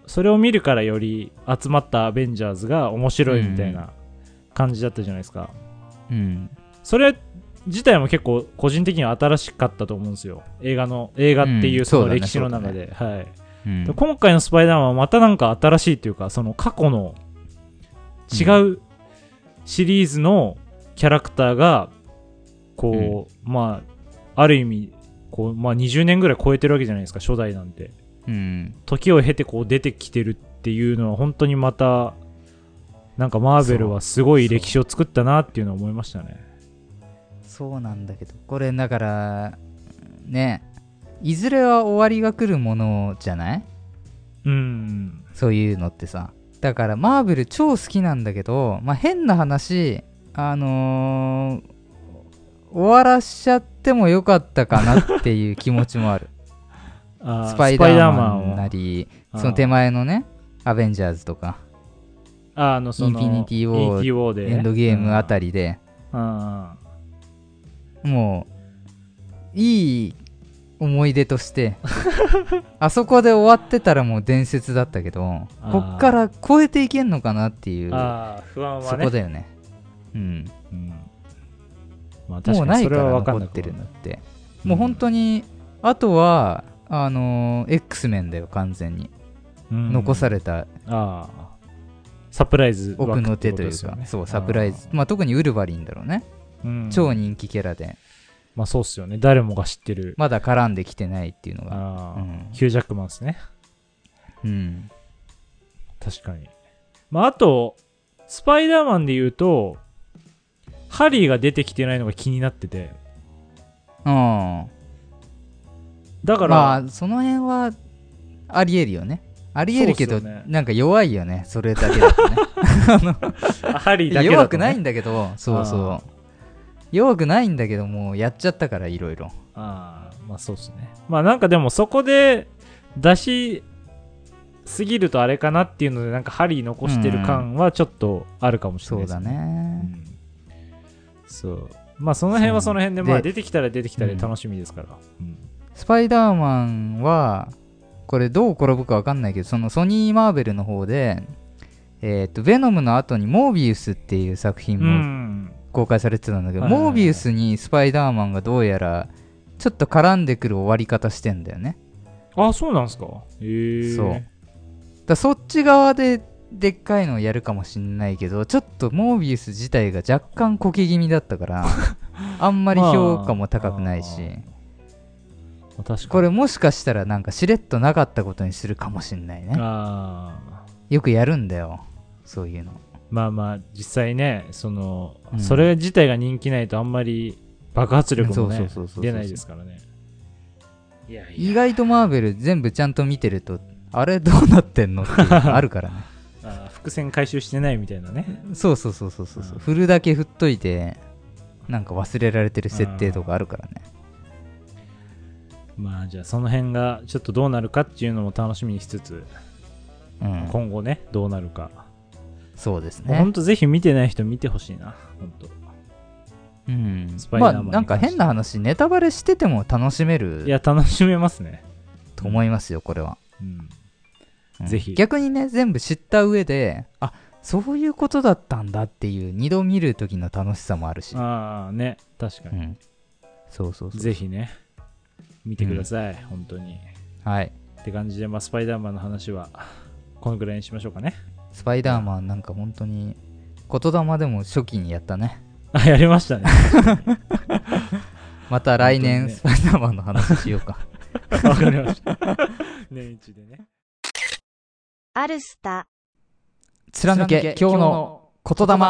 それを見るからより集まったアベンジャーズが面白いみたいな感じだったじゃないですか。 うん。 それ自体も結構個人的には新しかったと思うんですよ。映画の映画っていうその歴史の中で、はい。うん、今回のスパイダーマンはまたなんか新しいというか、その過去の違うシリーズのキャラクターがこう、うん、まあある意味こう、まあ、にじゅうねんぐらい超えてるわけじゃないですか、初代なんて。うん、時を経てこう出てきてるっていうのは本当にまたなんかマーベルはすごい歴史を作ったなっていうのを思いましたね。 そうなんだけど、これだからね、いずれは終わりが来るものじゃない？うん。そういうのってさ。だからマーベル超好きなんだけど、まあ、変な話、あのー、終わらしちゃってもよかったかなっていう気持ちもある。あスパイダーマンなり、その手前のね、アベンジャーズとか、 ああのそのインフィニティ・ウォー、エンドゲームあたりで、あもういい思い出としてあそこで終わってたらもう伝説だったけど、こっから超えていけんのかなっていう、 あ不安はね、 そこだよね。うん、うんまあ、確かにそれは分かんなもうないから残ってるのって、うん、もう本当にあとはあのー、X メンだよ完全に、うん、残されたあサプライズ奥の手というか、そうサプライズ、まあ、特にウルヴァリンだろうね、うん、超人気キャラで、 まあそうっすよね、誰もが知ってる、 まだ絡んできてないっていうのが、 あ、うん、ヒュージャックマンですね。うん確かに。まああとスパイダーマンで言うとハリーが出てきてないのが気になってて、うんだからまあその辺はありえるよね、ありえるけど、ね、なんか弱いよねそれだけだとねハリーだけだと、ね、 弱くないんだけど、そうそう弱くないんだけどもうやっちゃったからいろいろ、 ああまあそうっすね。まあなんかでもそこで出しすぎるとあれかなっていうのでなんかハリー残してる感はちょっとあるかもしれないですね、 そうだね、 うんそうまあその辺はその辺でまあ出てきたら出てきたら楽しみですから、うんうん、 スパイダーマンはこれどう転ぶか分かんないけど、そのソニーマーベルの方でえっとヴェノムの後にモービウスっていう作品も公開されてたんだけど、うんモービウスにスパイダーマンがどうやらちょっと絡んでくる終わり方してんだよね。 あ、そうなんすか。へえ。 そうだそっち側ででっかいのをやるかもしんないけど、ちょっとモービウス自体が若干こけ気味だったからあんまり評価も高くないし、まあ、確かにこれもしかしたらなんかしれっとなかったことにするかもしんないね。あよくやるんだよそういうの。 まあまあ実際ね、その、うん、それ自体が人気ないとあんまり爆発力もね出ないですからね。 いやいや意外とマーベル全部ちゃんと見てるとあれどうなってんのっていうのあるからねあ伏線回収してないみたいなね。 そうそうそうそうそう、うん、振るだけ振っといてなんか忘れられてる設定とかあるからね。 まあじゃあその辺がちょっとどうなるかっていうのも楽しみにしつつ、うん、今後ねどうなるか。 そうですね。 ほんとぜひ見てない人見てほしいなほんと。 うん、スパイダーマンまあなんか変な話ネタバレしてても楽しめる。 いや楽しめますねと思いますよこれは、うんうん、ぜひ逆にね全部知った上であそういうことだったんだっていう二度見る時の楽しさもあるし。 ああね確かに、うん、 そうそうそうぜひね見てください、うん、本当に。 はいって感じで、まあ、スパイダーマンの話はこのぐらいにしましょうかね。 スパイダーマンなんか本当に言霊でも初期にやったね。 あやりましたねまた来年、ね、スパイダーマンの話しようかわかりました年一でね。 アルスタ貫け今日の言霊。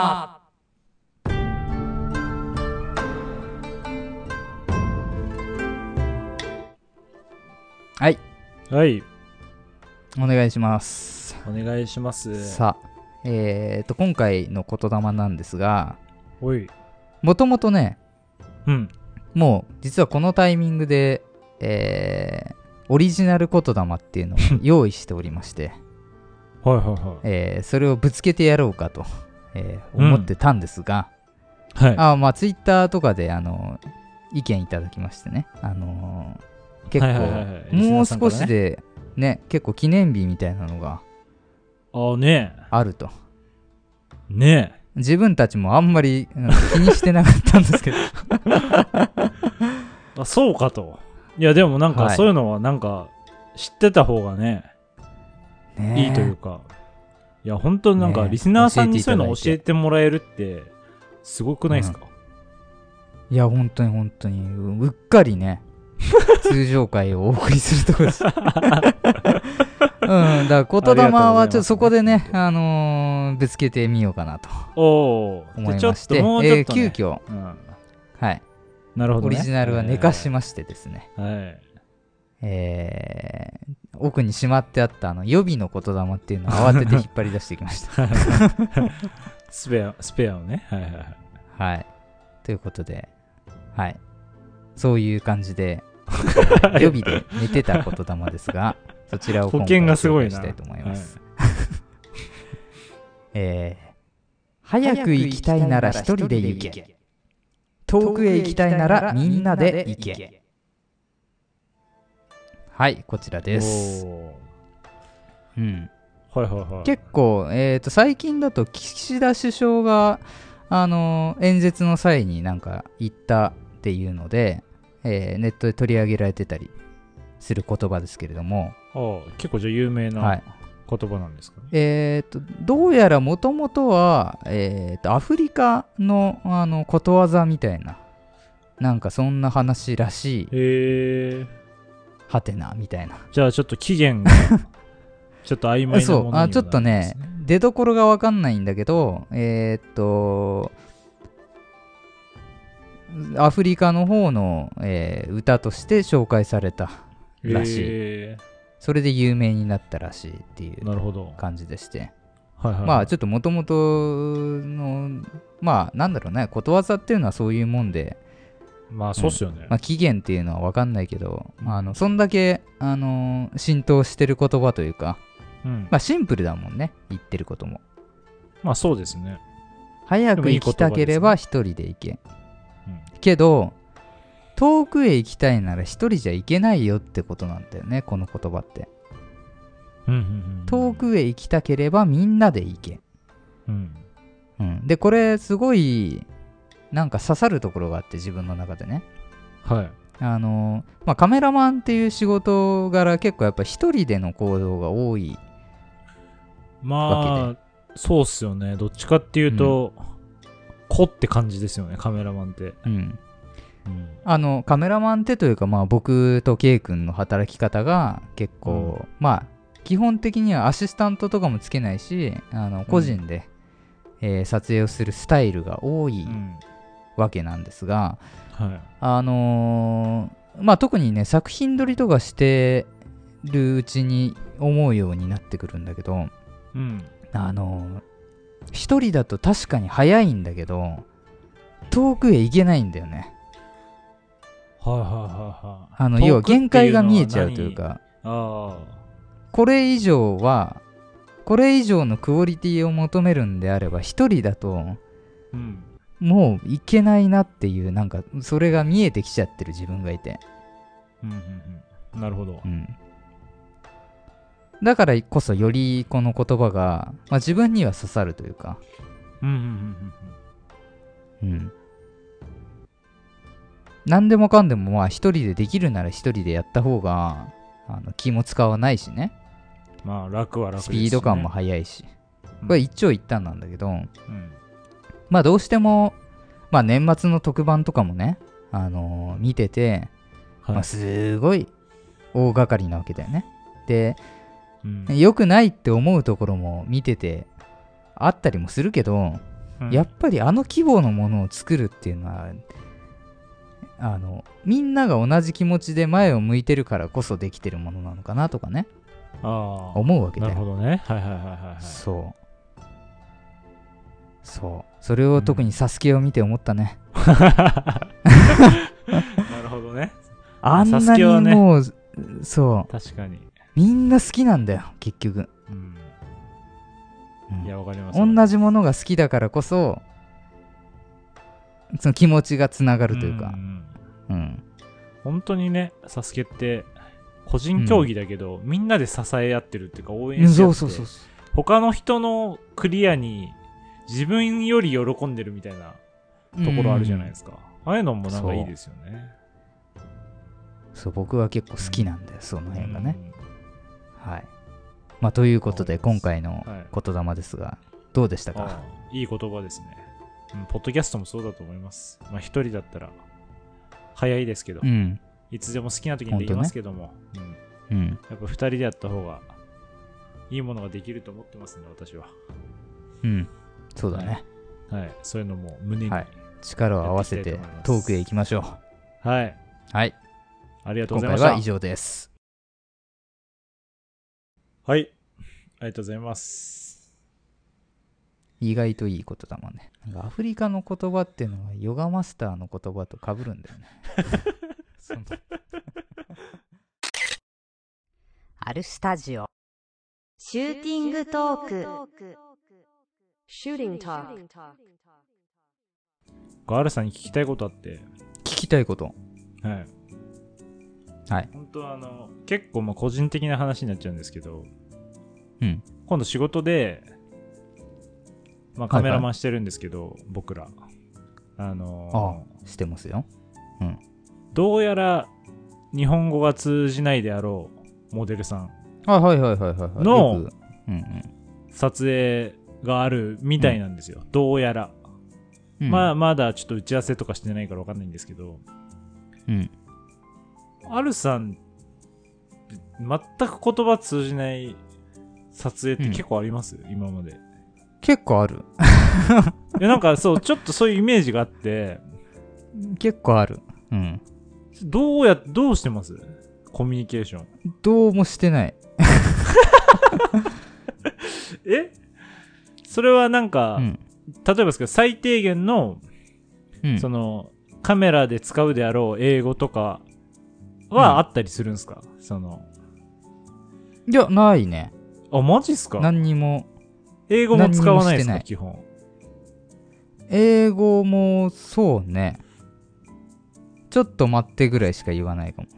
はいはいお願いします。 お願いします。 さあえーと今回の言霊なんですが、 おいもともとね、 うん、 もう実はこのタイミングで、えー、オリジナル言霊っていうのを用意しておりましてはいはいはい、 えー、それをぶつけてやろうかと、えー、思ってたんですが、 うん、はい、 あまあツイッターとかであの意見いただきましてね、あのー、結構、はいはいはいはい、もう少しでね結構記念日みたいなのがあねえ。 あると。 ねえ。 自分たちもあんまり気にしてなかったんですけどあ、そうかと。いやでもなんかそういうのはなんか知ってた方がね、はい、いいというか、いや本当になんかリスナーさんにそういうの教えてもらえるってすごくないですか？ うん、いや本当に本当にうっかりね通常回をお送りするところですうん、だから言霊はちょっとそこでね、あのー、ぶつけてみようかなと思いまして、えー、急遽、うん、はい、 なるほどね、 オリジナルは寝かしましてですね、 はい、 えー、奥にしまってあったあの予備の言霊っていうのを慌てて引っ張り出してきましたスペアスペアをね、はいはいはい、 はい、ということで、はい、そういう感じで予備で寝てた言霊ですが、そちらを今回紹介したいと思います。はいえー、早く行きたいなら一人で行け。遠くへ行きたいならみんなで行け。はい、こちらです。うん。 はいはいはい。 結構、えーと、最近だと岸田首相が、あのー、演説の際になんか言ったっていうので、えー、ネットで取り上げられてたりする言葉ですけれども、 ああ、結構じゃあ有名な言葉なんですかね。はい、 えー、とどうやらもともとは、えー、とアフリカ の, あのことわざみたいな、なんかそんな話らしい。 へー。 はてなみたいな。 じゃあちょっと期限がちょっと曖昧なものになるんですね。 そう、あ、ちょっとね出どころが分かんないんだけど、えっ、ー、とアフリカの方の、えー、歌として紹介されたらしい、えー、それで有名になったらしいっていう感じでして、はいはいはい、まあちょっともともとのまあなんだろうね、ことわざっていうのはそういうもんで、 まあそうっすよね、 うん、まあ、起源っていうのは分かんないけど、うん、あのそんだけ、あのー、浸透してる言葉というか、うん、まあシンプルだもんね、言ってることも。 まあそうですね。 早く行きたければ一人で行け、うん、けど遠くへ行きたいなら一人じゃ行けないよってことなんだよね、この言葉って、うんうんうん、遠くへ行きたければみんなで行け、うんうん、でこれすごいなんか刺さるところがあって、自分の中でね、はい、あのまあカメラマンっていう仕事柄結構やっぱ一人での行動が多いわけで、 まあそうっすよね、どっちかっていうと、うん、子って感じですよね、カメラマンって、うんうん、あのカメラマンってというか、まあ、僕と K 君の働き方が結構、うん、まあ基本的にはアシスタントとかもつけないし、あの個人で、うんえー、撮影をするスタイルが多いわけなんですが、うんはい、あのー、まあ特にね作品撮りとかしてるうちに思うようになってくるんだけど、うん、あのー、一人だと確かに早いんだけど遠くへ行けないんだよね。 はいはいはいはい。 あの要は限界が見えちゃうというか、あこれ以上はこれ以上のクオリティを求めるんであれば一人だと、うん、もういけないなっていう、なんかそれが見えてきちゃってる自分がいて、 うんうんうん、なるほど、うん、 だからこそよりこの言葉が、まあ、自分には刺さるというか、うんうんうんうん、うん、何でもかんでもまあ一人でできるなら一人でやった方があの気も使わないしね、 まあ楽は楽ですね、 スピード感も速いし、これ一長一短なんだけど、うん、まあどうしても、まあ、年末の特番とかもね、あのー、見てて、はい、まあ、すごい大掛かりなわけだよね。で、うん、良くないって思うところも見ててあったりもするけど、うん、やっぱりあの規模のものを作るっていうのはあのみんなが同じ気持ちで前を向いてるからこそできてるものなのかなとかね、あ思うわけだよ。 なるほどね、はいはいはいはい、 そうそうそれを特にサスケを見て思ったね、うん、 なるほどね。 あんなにもう、ね、そう確かにみんな好きなんだよ結局、うんうん、いやわかります。 同じものが好きだからこそその気持ちがつながるというか、うんうん、本当にね、サスケって個人競技だけど、うん、みんなで支え合ってるっていうか応援し合って他の人のクリアに自分より喜んでるみたいなところあるじゃないですか。ああいうのもなんかいいですよね。 そう、そう僕は結構好きなんだよ、その辺がね。はい。まあということで今回の言霊ですが、はい、どうでしたか？ ああ、いい言葉ですね。うん、ポッドキャストもそうだと思います。まあ一人だったら早いですけど、うん、いつでも好きな時にできますけども、ね、うんうん、やっぱ二人でやった方がいいものができると思ってますね、私は。 うん、そうだね。 はい、はい、そういうのも胸に、はい、 力を合わせてトークへ行きましょう。はい。 はい。 ありがとうございました。 今回は以上です。 はい。ありがとうございます。 意外といいことだもんね。なんかアフリカの言葉っていうのはヨガマスターの言葉と被るんだよね。そのアルスタジオシューティングトークシューティングトークガールさんに聞きたいことあって。 聞きたいこと、 はいはい、 本当はあの結構まあ個人的な話になっちゃうんですけど、 うん、 今度仕事で、まあ、カメラマンしてるんですけど、はいはい、僕らあのー、あしてますよ、うん、 どうやら日本語が通じないであろうモデルさんの撮影があるみたいなんですよ、うん、どうやら、うん、まあまだちょっと打ち合わせとかしてないから分かんないんですけど、 うん、 アルさん全く言葉通じない撮影って結構あります、うん、今まで。 結構あるいやなんかそうちょっとそういうイメージがあって結構ある。うん。 どうやどうしてますコミュニケーション？ どうもしてない。 え？それはなんか、うん、例えばですけど最低限の、うん、そのカメラで使うであろう英語とかはあったりするんですか？うん、そのいやないね。 あ、マジっすか？ 何にも。 英語も使わないですか？基本。 英語もそうね。ちょっと待ってぐらいしか言わないかも。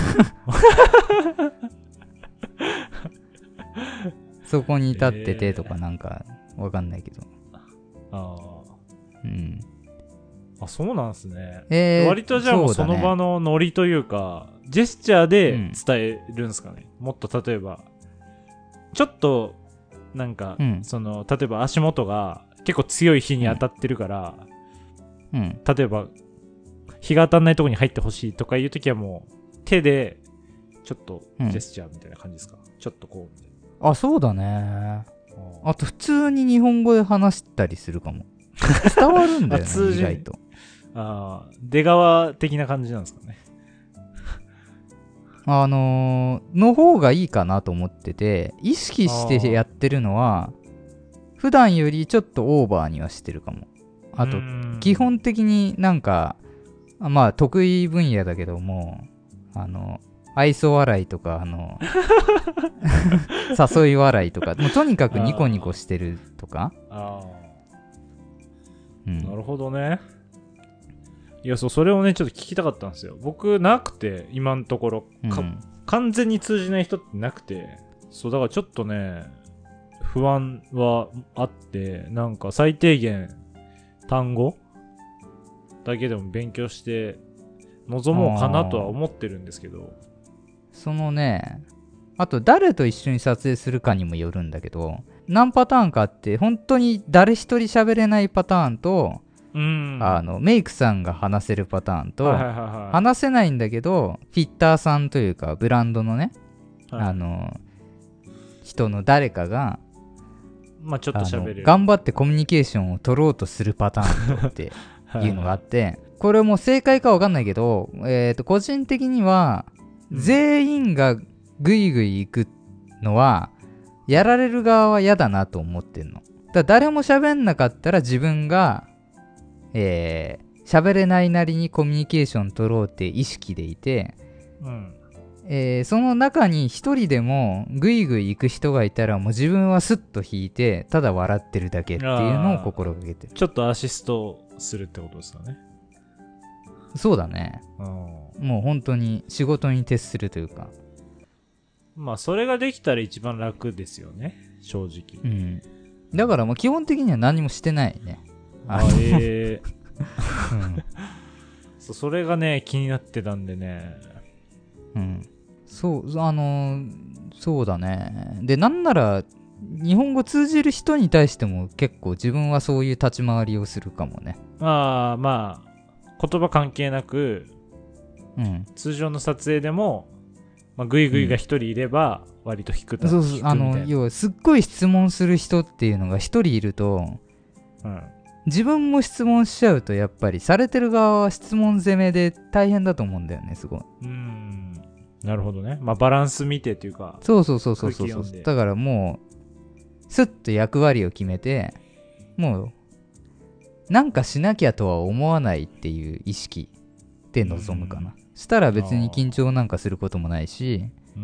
そこに立っててとかなんかわかんないけど。 ああ。 うん。 あ、そうなんすね。 えー、 割とじゃあもうその場のノリというか、うね、ジェスチャーで伝えるんすかね。うん、もっと例えば、ちょっとなんか、うん、その例えば足元が結構強い日に当たってるから、 うん、 例えば日が当たんないところに入ってほしいとかいうときはもう手でちょっとジェスチャーみたいな感じですか？うん、ちょっとこうみたいな。あ、そうだね。あと普通に日本語で話したりするかも。伝わるんだよね。意外と。 ああ、出川的な感じなんですかね。 あのー、の方がいいかなと思ってて、意識してやってるのは普段よりちょっとオーバーにはしてるかも。あと基本的になんかまあ得意分野だけども、あの愛想笑いとかあの誘い笑いとか、もうとにかくニコニコしてるとか。 ああ、うん、なるほどね。いや、そう、それをねちょっと聞きたかったんですよ。僕なくて今のところ、うん、完全に通じない人ってなくて、そうだからちょっとね不安はあって、なんか最低限単語だけでも勉強して臨もうかなとは思ってるんですけど、 そのね、あと誰と一緒に撮影するかにもよるんだけど、何パターンかあって、本当に誰一人喋れないパターンと、 うん、 あのメイクさんが話せるパターンと、 はいはいはいはい、 話せないんだけどフィッターさんというかブランドのね、 はい、 あの人の誰かが、 まあ、ちょっと喋れる、 頑張ってコミュニケーションを取ろうとするパターンとっていうのがあってはい、これも正解か分かんないけど、えーと個人的には全員がグイグイ行くのはやられる側は嫌だなと思ってんの。だから誰も喋んなかったら自分がえー、喋れないなりにコミュニケーション取ろうって意識でいて、 うんえー、その中に一人でもグイグイ行く人がいたらもう自分はスッと引いてただ笑ってるだけっていうのを心がけてる。 ちょっとアシストするってことですかね。 そうだね。もう本当に仕事に徹するというか、 まあそれができたら一番楽ですよね。 正直。 うん。だからもう基本的には何もしてないね。 あえーうん、そ, それがね気になってたんでね。 うん。そうあのー、そうだね。でなんなら日本語通じる人に対しても結構自分はそういう立ち回りをするかもね。 ああまあ言葉関係なく、うん、通常の撮影でも、まあ、グイグイが一人いれば割と引くと、 うん、そうそうあの要はすっごい質問する人っていうのが一人いると、うん、自分も質問しちゃうとやっぱりされてる側は質問攻めで大変だと思うんだよねすごい。 うんなるほどね。まあバランス見てっていうか。 そうそうそうそうそうそう。だからもうスッと役割を決めてもうなんかしなきゃとは思わないっていう意識で臨むかな。したら別に緊張なんかすることもないし、うん、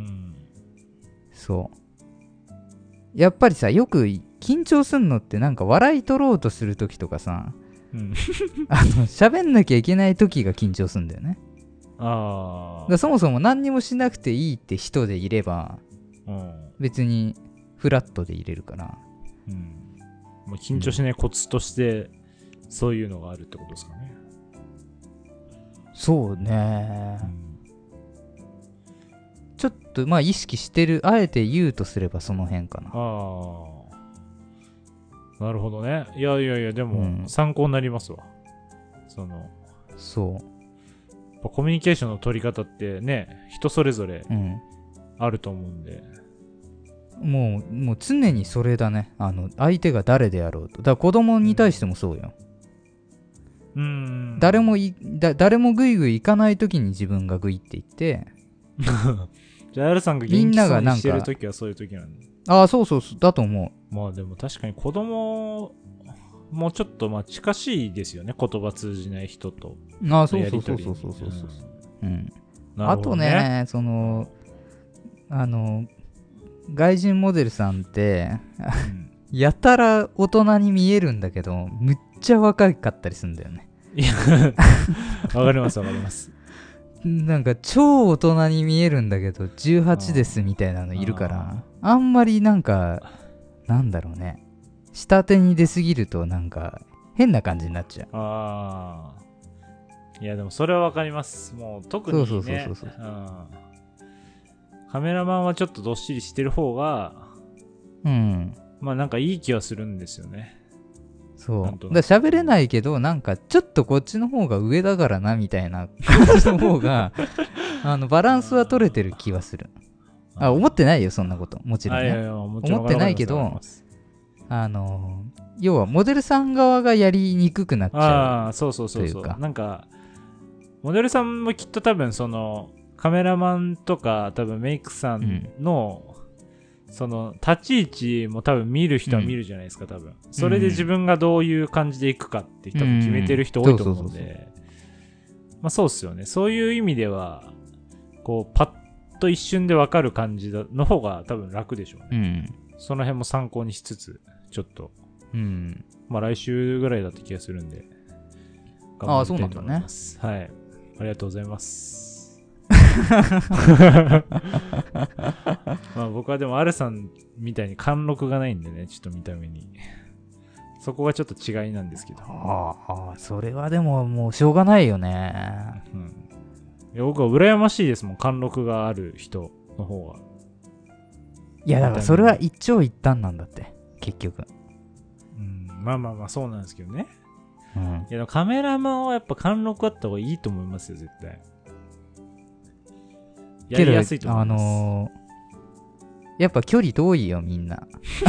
そうやっぱりさよく緊張すんのってなんか笑い取ろうとするときとかさ、うん、あの喋んなきゃいけないときが緊張するんだよね。あだそもそも何にもしなくていいって人でいれば、うん、別にフラットでいれるから、 うん、もう緊張しないコツとしてそういうのがあるってことですかね。 そうね、うん、ちょっとまあ意識してるあえて言うとすればその辺かな。ああなるほどね。いやいやいやでも参考になりますわ、うん、そのそうコミュニケーションの取り方ってね人それぞれあると思うんで、 うん、もうもう常にそれだね。あの相手が誰であろうと。だから子供に対してもそうよ。うん、誰もいだ誰もグイグイ行かないときに自分がグイって言ってじゃあ R さんが元気そうにしてるときはそういうときなんで。 ああそうそうそうだと思う。まあでも確かに子供もうちょっとまあ近しいですよね言葉通じない人と。 ああそうそうそうそうそうそうそう、うん、ね、あとねそのあの外人モデルさんって、うん、やたら大人に見えるんだけどむっちゃ若かったりするんだよね。 いやわかりますわかります。 なんか超大人に見えるんだけどじゅうはちですみたいなのいるからあんまりなんかなんだろうね下手に出すぎるとなんか変な感じになっちゃう。 ああいやでもそれはわかります。もう特にねそうそうそうそう、うん、カメラマンはちょっとどっしりしてる方がうんまあなんかいい気はするんですよね。 そうだから喋れないけどなんかちょっとこっちの方が上だからなみたいな感じの方があのバランスは取れてる気はする。あ思ってないよそんなこともちろんね。いやいやもちろん思ってないけどあの要はモデルさん側がやりにくくなっちゃう。ああそうそうそうそうなんかモデルさんもきっと多分そのカメラマンとか多分メイクさんの、うんその立ち位置も多分見る人は見るじゃないですか、うん、多分それで自分がどういう感じでいくかって多分決めてる人多いと思うんでまあそうっすよね。そういう意味ではこうパッと一瞬で分かる感じの方が多分楽でしょうね、うん、その辺も参考にしつつちょっと、うん、まあ来週ぐらいだった気がするんで頑張りたいと思います。ああそうなんだね。はいありがとうございます。まあ僕はでも R さんみたいに貫禄がないんでねちょっと見た目にそこがちょっと違いなんですけど。 ああそれはでももうしょうがないよね、うん、 いや僕は羨ましいですもん貫禄がある人の方が。 いやだからそれは一長一短なんだって結局、 うん、まあまあまあそうなんですけどね、うん、いやでもカメラマンはやっぱ貫禄あった方がいいと思いますよ絶対。やりやすいと思います。あのー、やっぱ距離遠いよみんな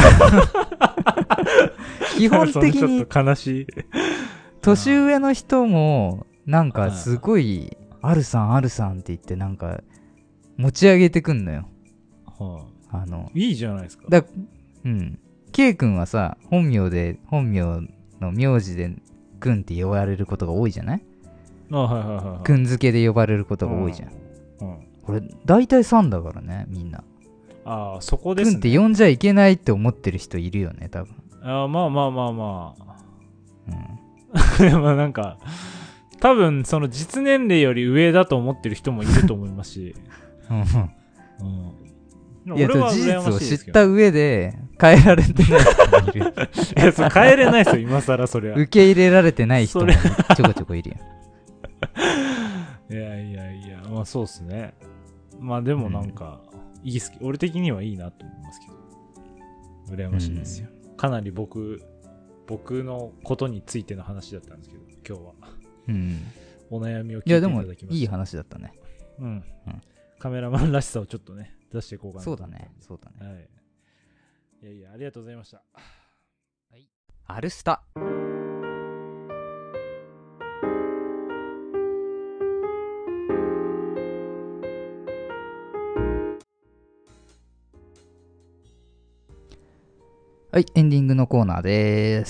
基本的にちょっと悲しい年上の人もなんかすごいあるさんあるさんって言ってなんか持ち上げてくんのよ、はあ、あのいいじゃないですか。 だうん K 君はさ本名で本名の名字で君って呼ばれることが多いじゃない。あ、はいはいはい、はい、君付けで呼ばれることが多いじゃん、うんうんこれ大体さんだからねみんな。 ああそこですね。 くんって呼んじゃいけないって思ってる人いるよね多分。 ああまあまあまあまあうんまあなんか多分その実年齢より上だと思ってる人もいると思いますし、うんうん、いや事実を知った上で変えられてない人もいる。 いや、それ変えれないですよ、今更それは。 受け入れられてない人もちょこちょこいるよ。 いやいやいや、まあそうっすね。まあでもなんか、うん、いいっすけど、俺的にはいいなと思いますけど。羨ましいですよ。うん、かなり僕、僕のことについての話だったんですけど、今日は。うん。お悩みを聞いていただきました。いや、でもいい話だったね。 うん。うん、カメラマンらしさをちょっとね、出していこうかなと。 そうだね。そうだね。 はい。いやいや、ありがとうございました。 はい。アルスタ。はい、エンディングのコーナーです。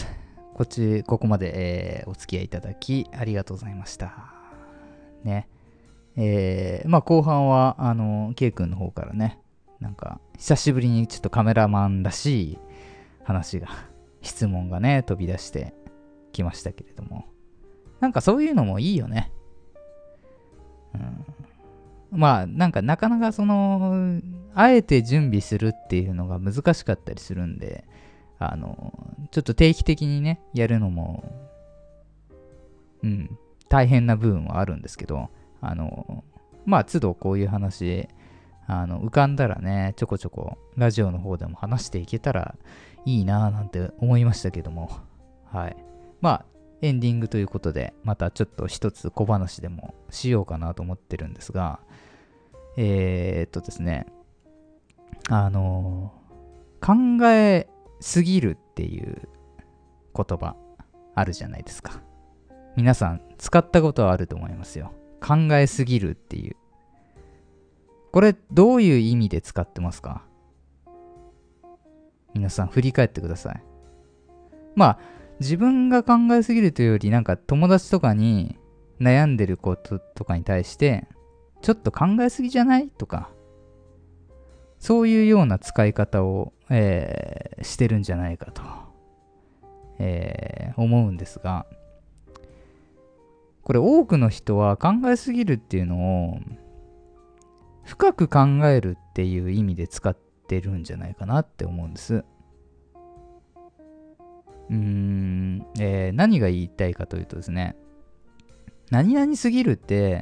こっち、ここまで、えー、お付き合いいただきありがとうございました。ね。えー、まあ後半は、あの、K 君の方からね、なんか、久しぶりにちょっとカメラマンらしい話が、質問がね、飛び出してきましたけれども。なんかそういうのもいいよね。うん、まあ、なんかなかなかその、あえて準備するっていうのが難しかったりするんで、あの、ちょっと定期的にね、やるのも、うん、大変な部分はあるんですけど、あの、まあ、都度こういう話、あの、浮かんだらね、ちょこちょこ、ラジオの方でも話していけたらいいなぁなんて思いましたけども、はい。まあ、エンディングということで、またちょっと一つ小話でもしようかなと思ってるんですが、えー、っとですね、あのー、考えすぎるっていう言葉あるじゃないですか。皆さん使ったことはあると思いますよ。考えすぎるっていう。これどういう意味で使ってますか？皆さん振り返ってください。まあ、自分が考えすぎるというより、なんか友達とかに悩んでることとかに対して、ちょっと考えすぎじゃないとか、そういうような使い方を、えー、してるんじゃないかと、えー、思うんですが、これ多くの人は考えすぎるっていうのを深く考えるっていう意味で使ってるんじゃないかなって思うんです。うーん、えー、何が言いたいかというとですね、何々すぎるって、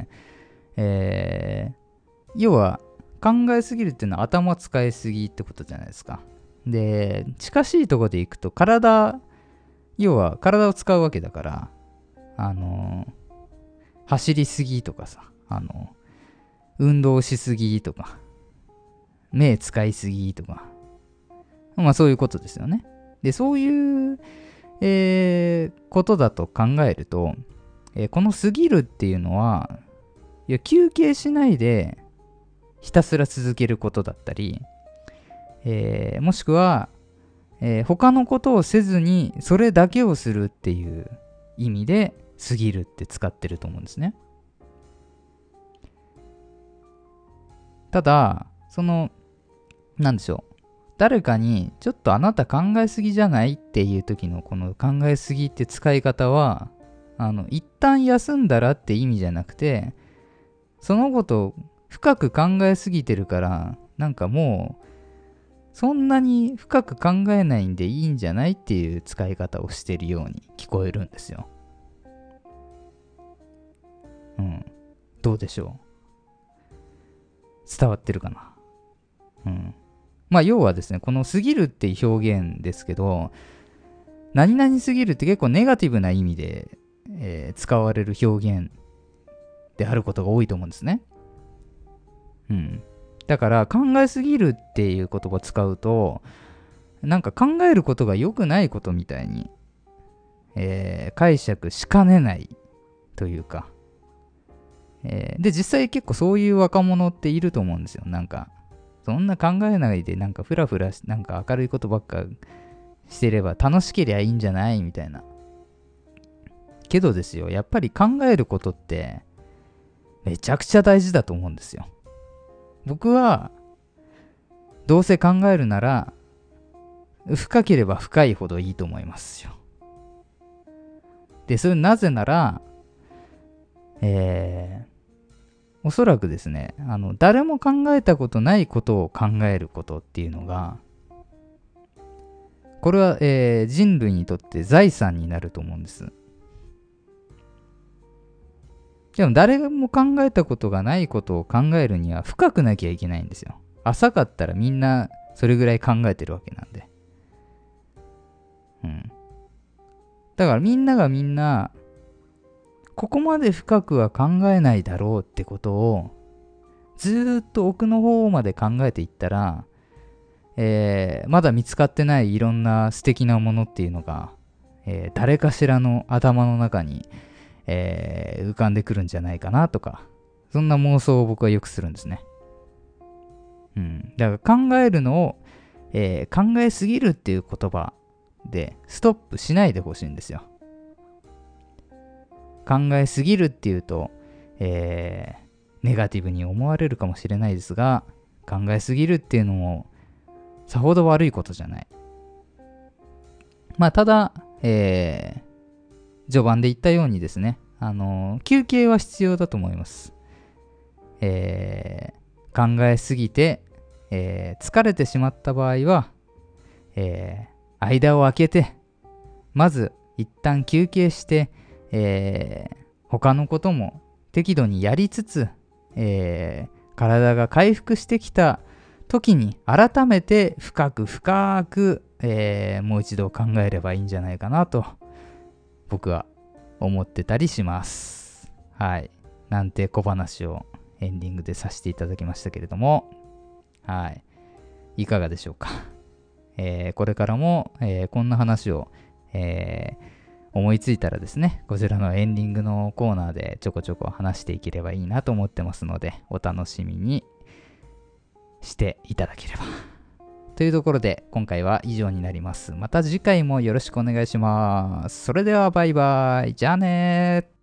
えー、要は考えすぎるっていうのは頭使いすぎってことじゃないですか。で、近しいところでいくと体、要は体を使うわけだから、あのー、走りすぎとかさ、あのー、運動しすぎとか、目使いすぎとか、まあそういうことですよね。で、そういう、えー、ことだと考えると、えー、この過ぎるっていうのは、いや休憩しないでひたすら続けることだったり、えー、もしくは、えー、他のことをせずにそれだけをするっていう意味で過ぎるって使ってると思うんですね。ただ、その、なんでしょう。誰かにちょっとあなた考えすぎじゃないっていう時のこの考えすぎって使い方は、あの、一旦休んだらって意味じゃなくて、そのこと深く考えすぎてるから、なんかもう、そんなに深く考えないんでいいんじゃないっていう使い方をしてるように聞こえるんですよ。うん。どうでしょう？伝わってるかな？うん。まあ要はですね、この過ぎるっていう表現ですけど、何々過ぎるって結構ネガティブな意味で、えー、使われる表現であることが多いと思うんですね。うん。だから考えすぎるっていう言葉を使うと、なんか考えることが良くないことみたいに、えー、解釈しかねないというか、えー、で実際結構そういう若者っていると思うんですよ。なんかそんな考えないでなんかフラフラなんか明るいことばっかしてれば楽しけりゃいいんじゃないみたいな。けどですよ、やっぱり考えることってめちゃくちゃ大事だと思うんですよ。僕はどうせ考えるなら深ければ深いほどいいと思いますよ。で、それなぜなら、えー、おそらくですね、あの誰も考えたことないことを考えることっていうのがこれは、えー、人類にとって財産になると思うんです。でも誰も考えたことがないことを考えるには深くなきゃいけないんですよ。浅かったらみんなそれぐらい考えてるわけなんで。うん。だからみんながみんなここまで深くは考えないだろうってことをずーっと奥の方まで考えていったら、えー、まだ見つかってないいろんな素敵なものっていうのが、えー、誰かしらの頭の中に、えー、浮かんでくるんじゃないかなとか、そんな妄想を僕はよくするんですね。うん。だから考えるのを、えー、考えすぎるっていう言葉でストップしないでほしいんですよ。考えすぎるっていうと、えー、ネガティブに思われるかもしれないですが、考えすぎるっていうのもさほど悪いことじゃない。まあただ、えー、序盤で言ったようにですね、あのー、休憩は必要だと思います。えー、考えすぎて、えー、疲れてしまった場合は、えー、間を空けて、まず一旦休憩して、えー、他のことも適度にやりつつ、えー、体が回復してきた時に改めて深く深く、えー、もう一度考えればいいんじゃないかなと僕は思ってたりします。はい。なんて小話をエンディングでさせていただきましたけれども、はい。いかがでしょうか。えー、これからも、えー、こんな話を、えー、思いついたらですね、こちらのエンディングのコーナーでちょこちょこ話していければいいなと思ってますので、お楽しみにしていただければ。というところで、今回は以上になります。また次回もよろしくお願いします。それではバイバイ。じゃあねー。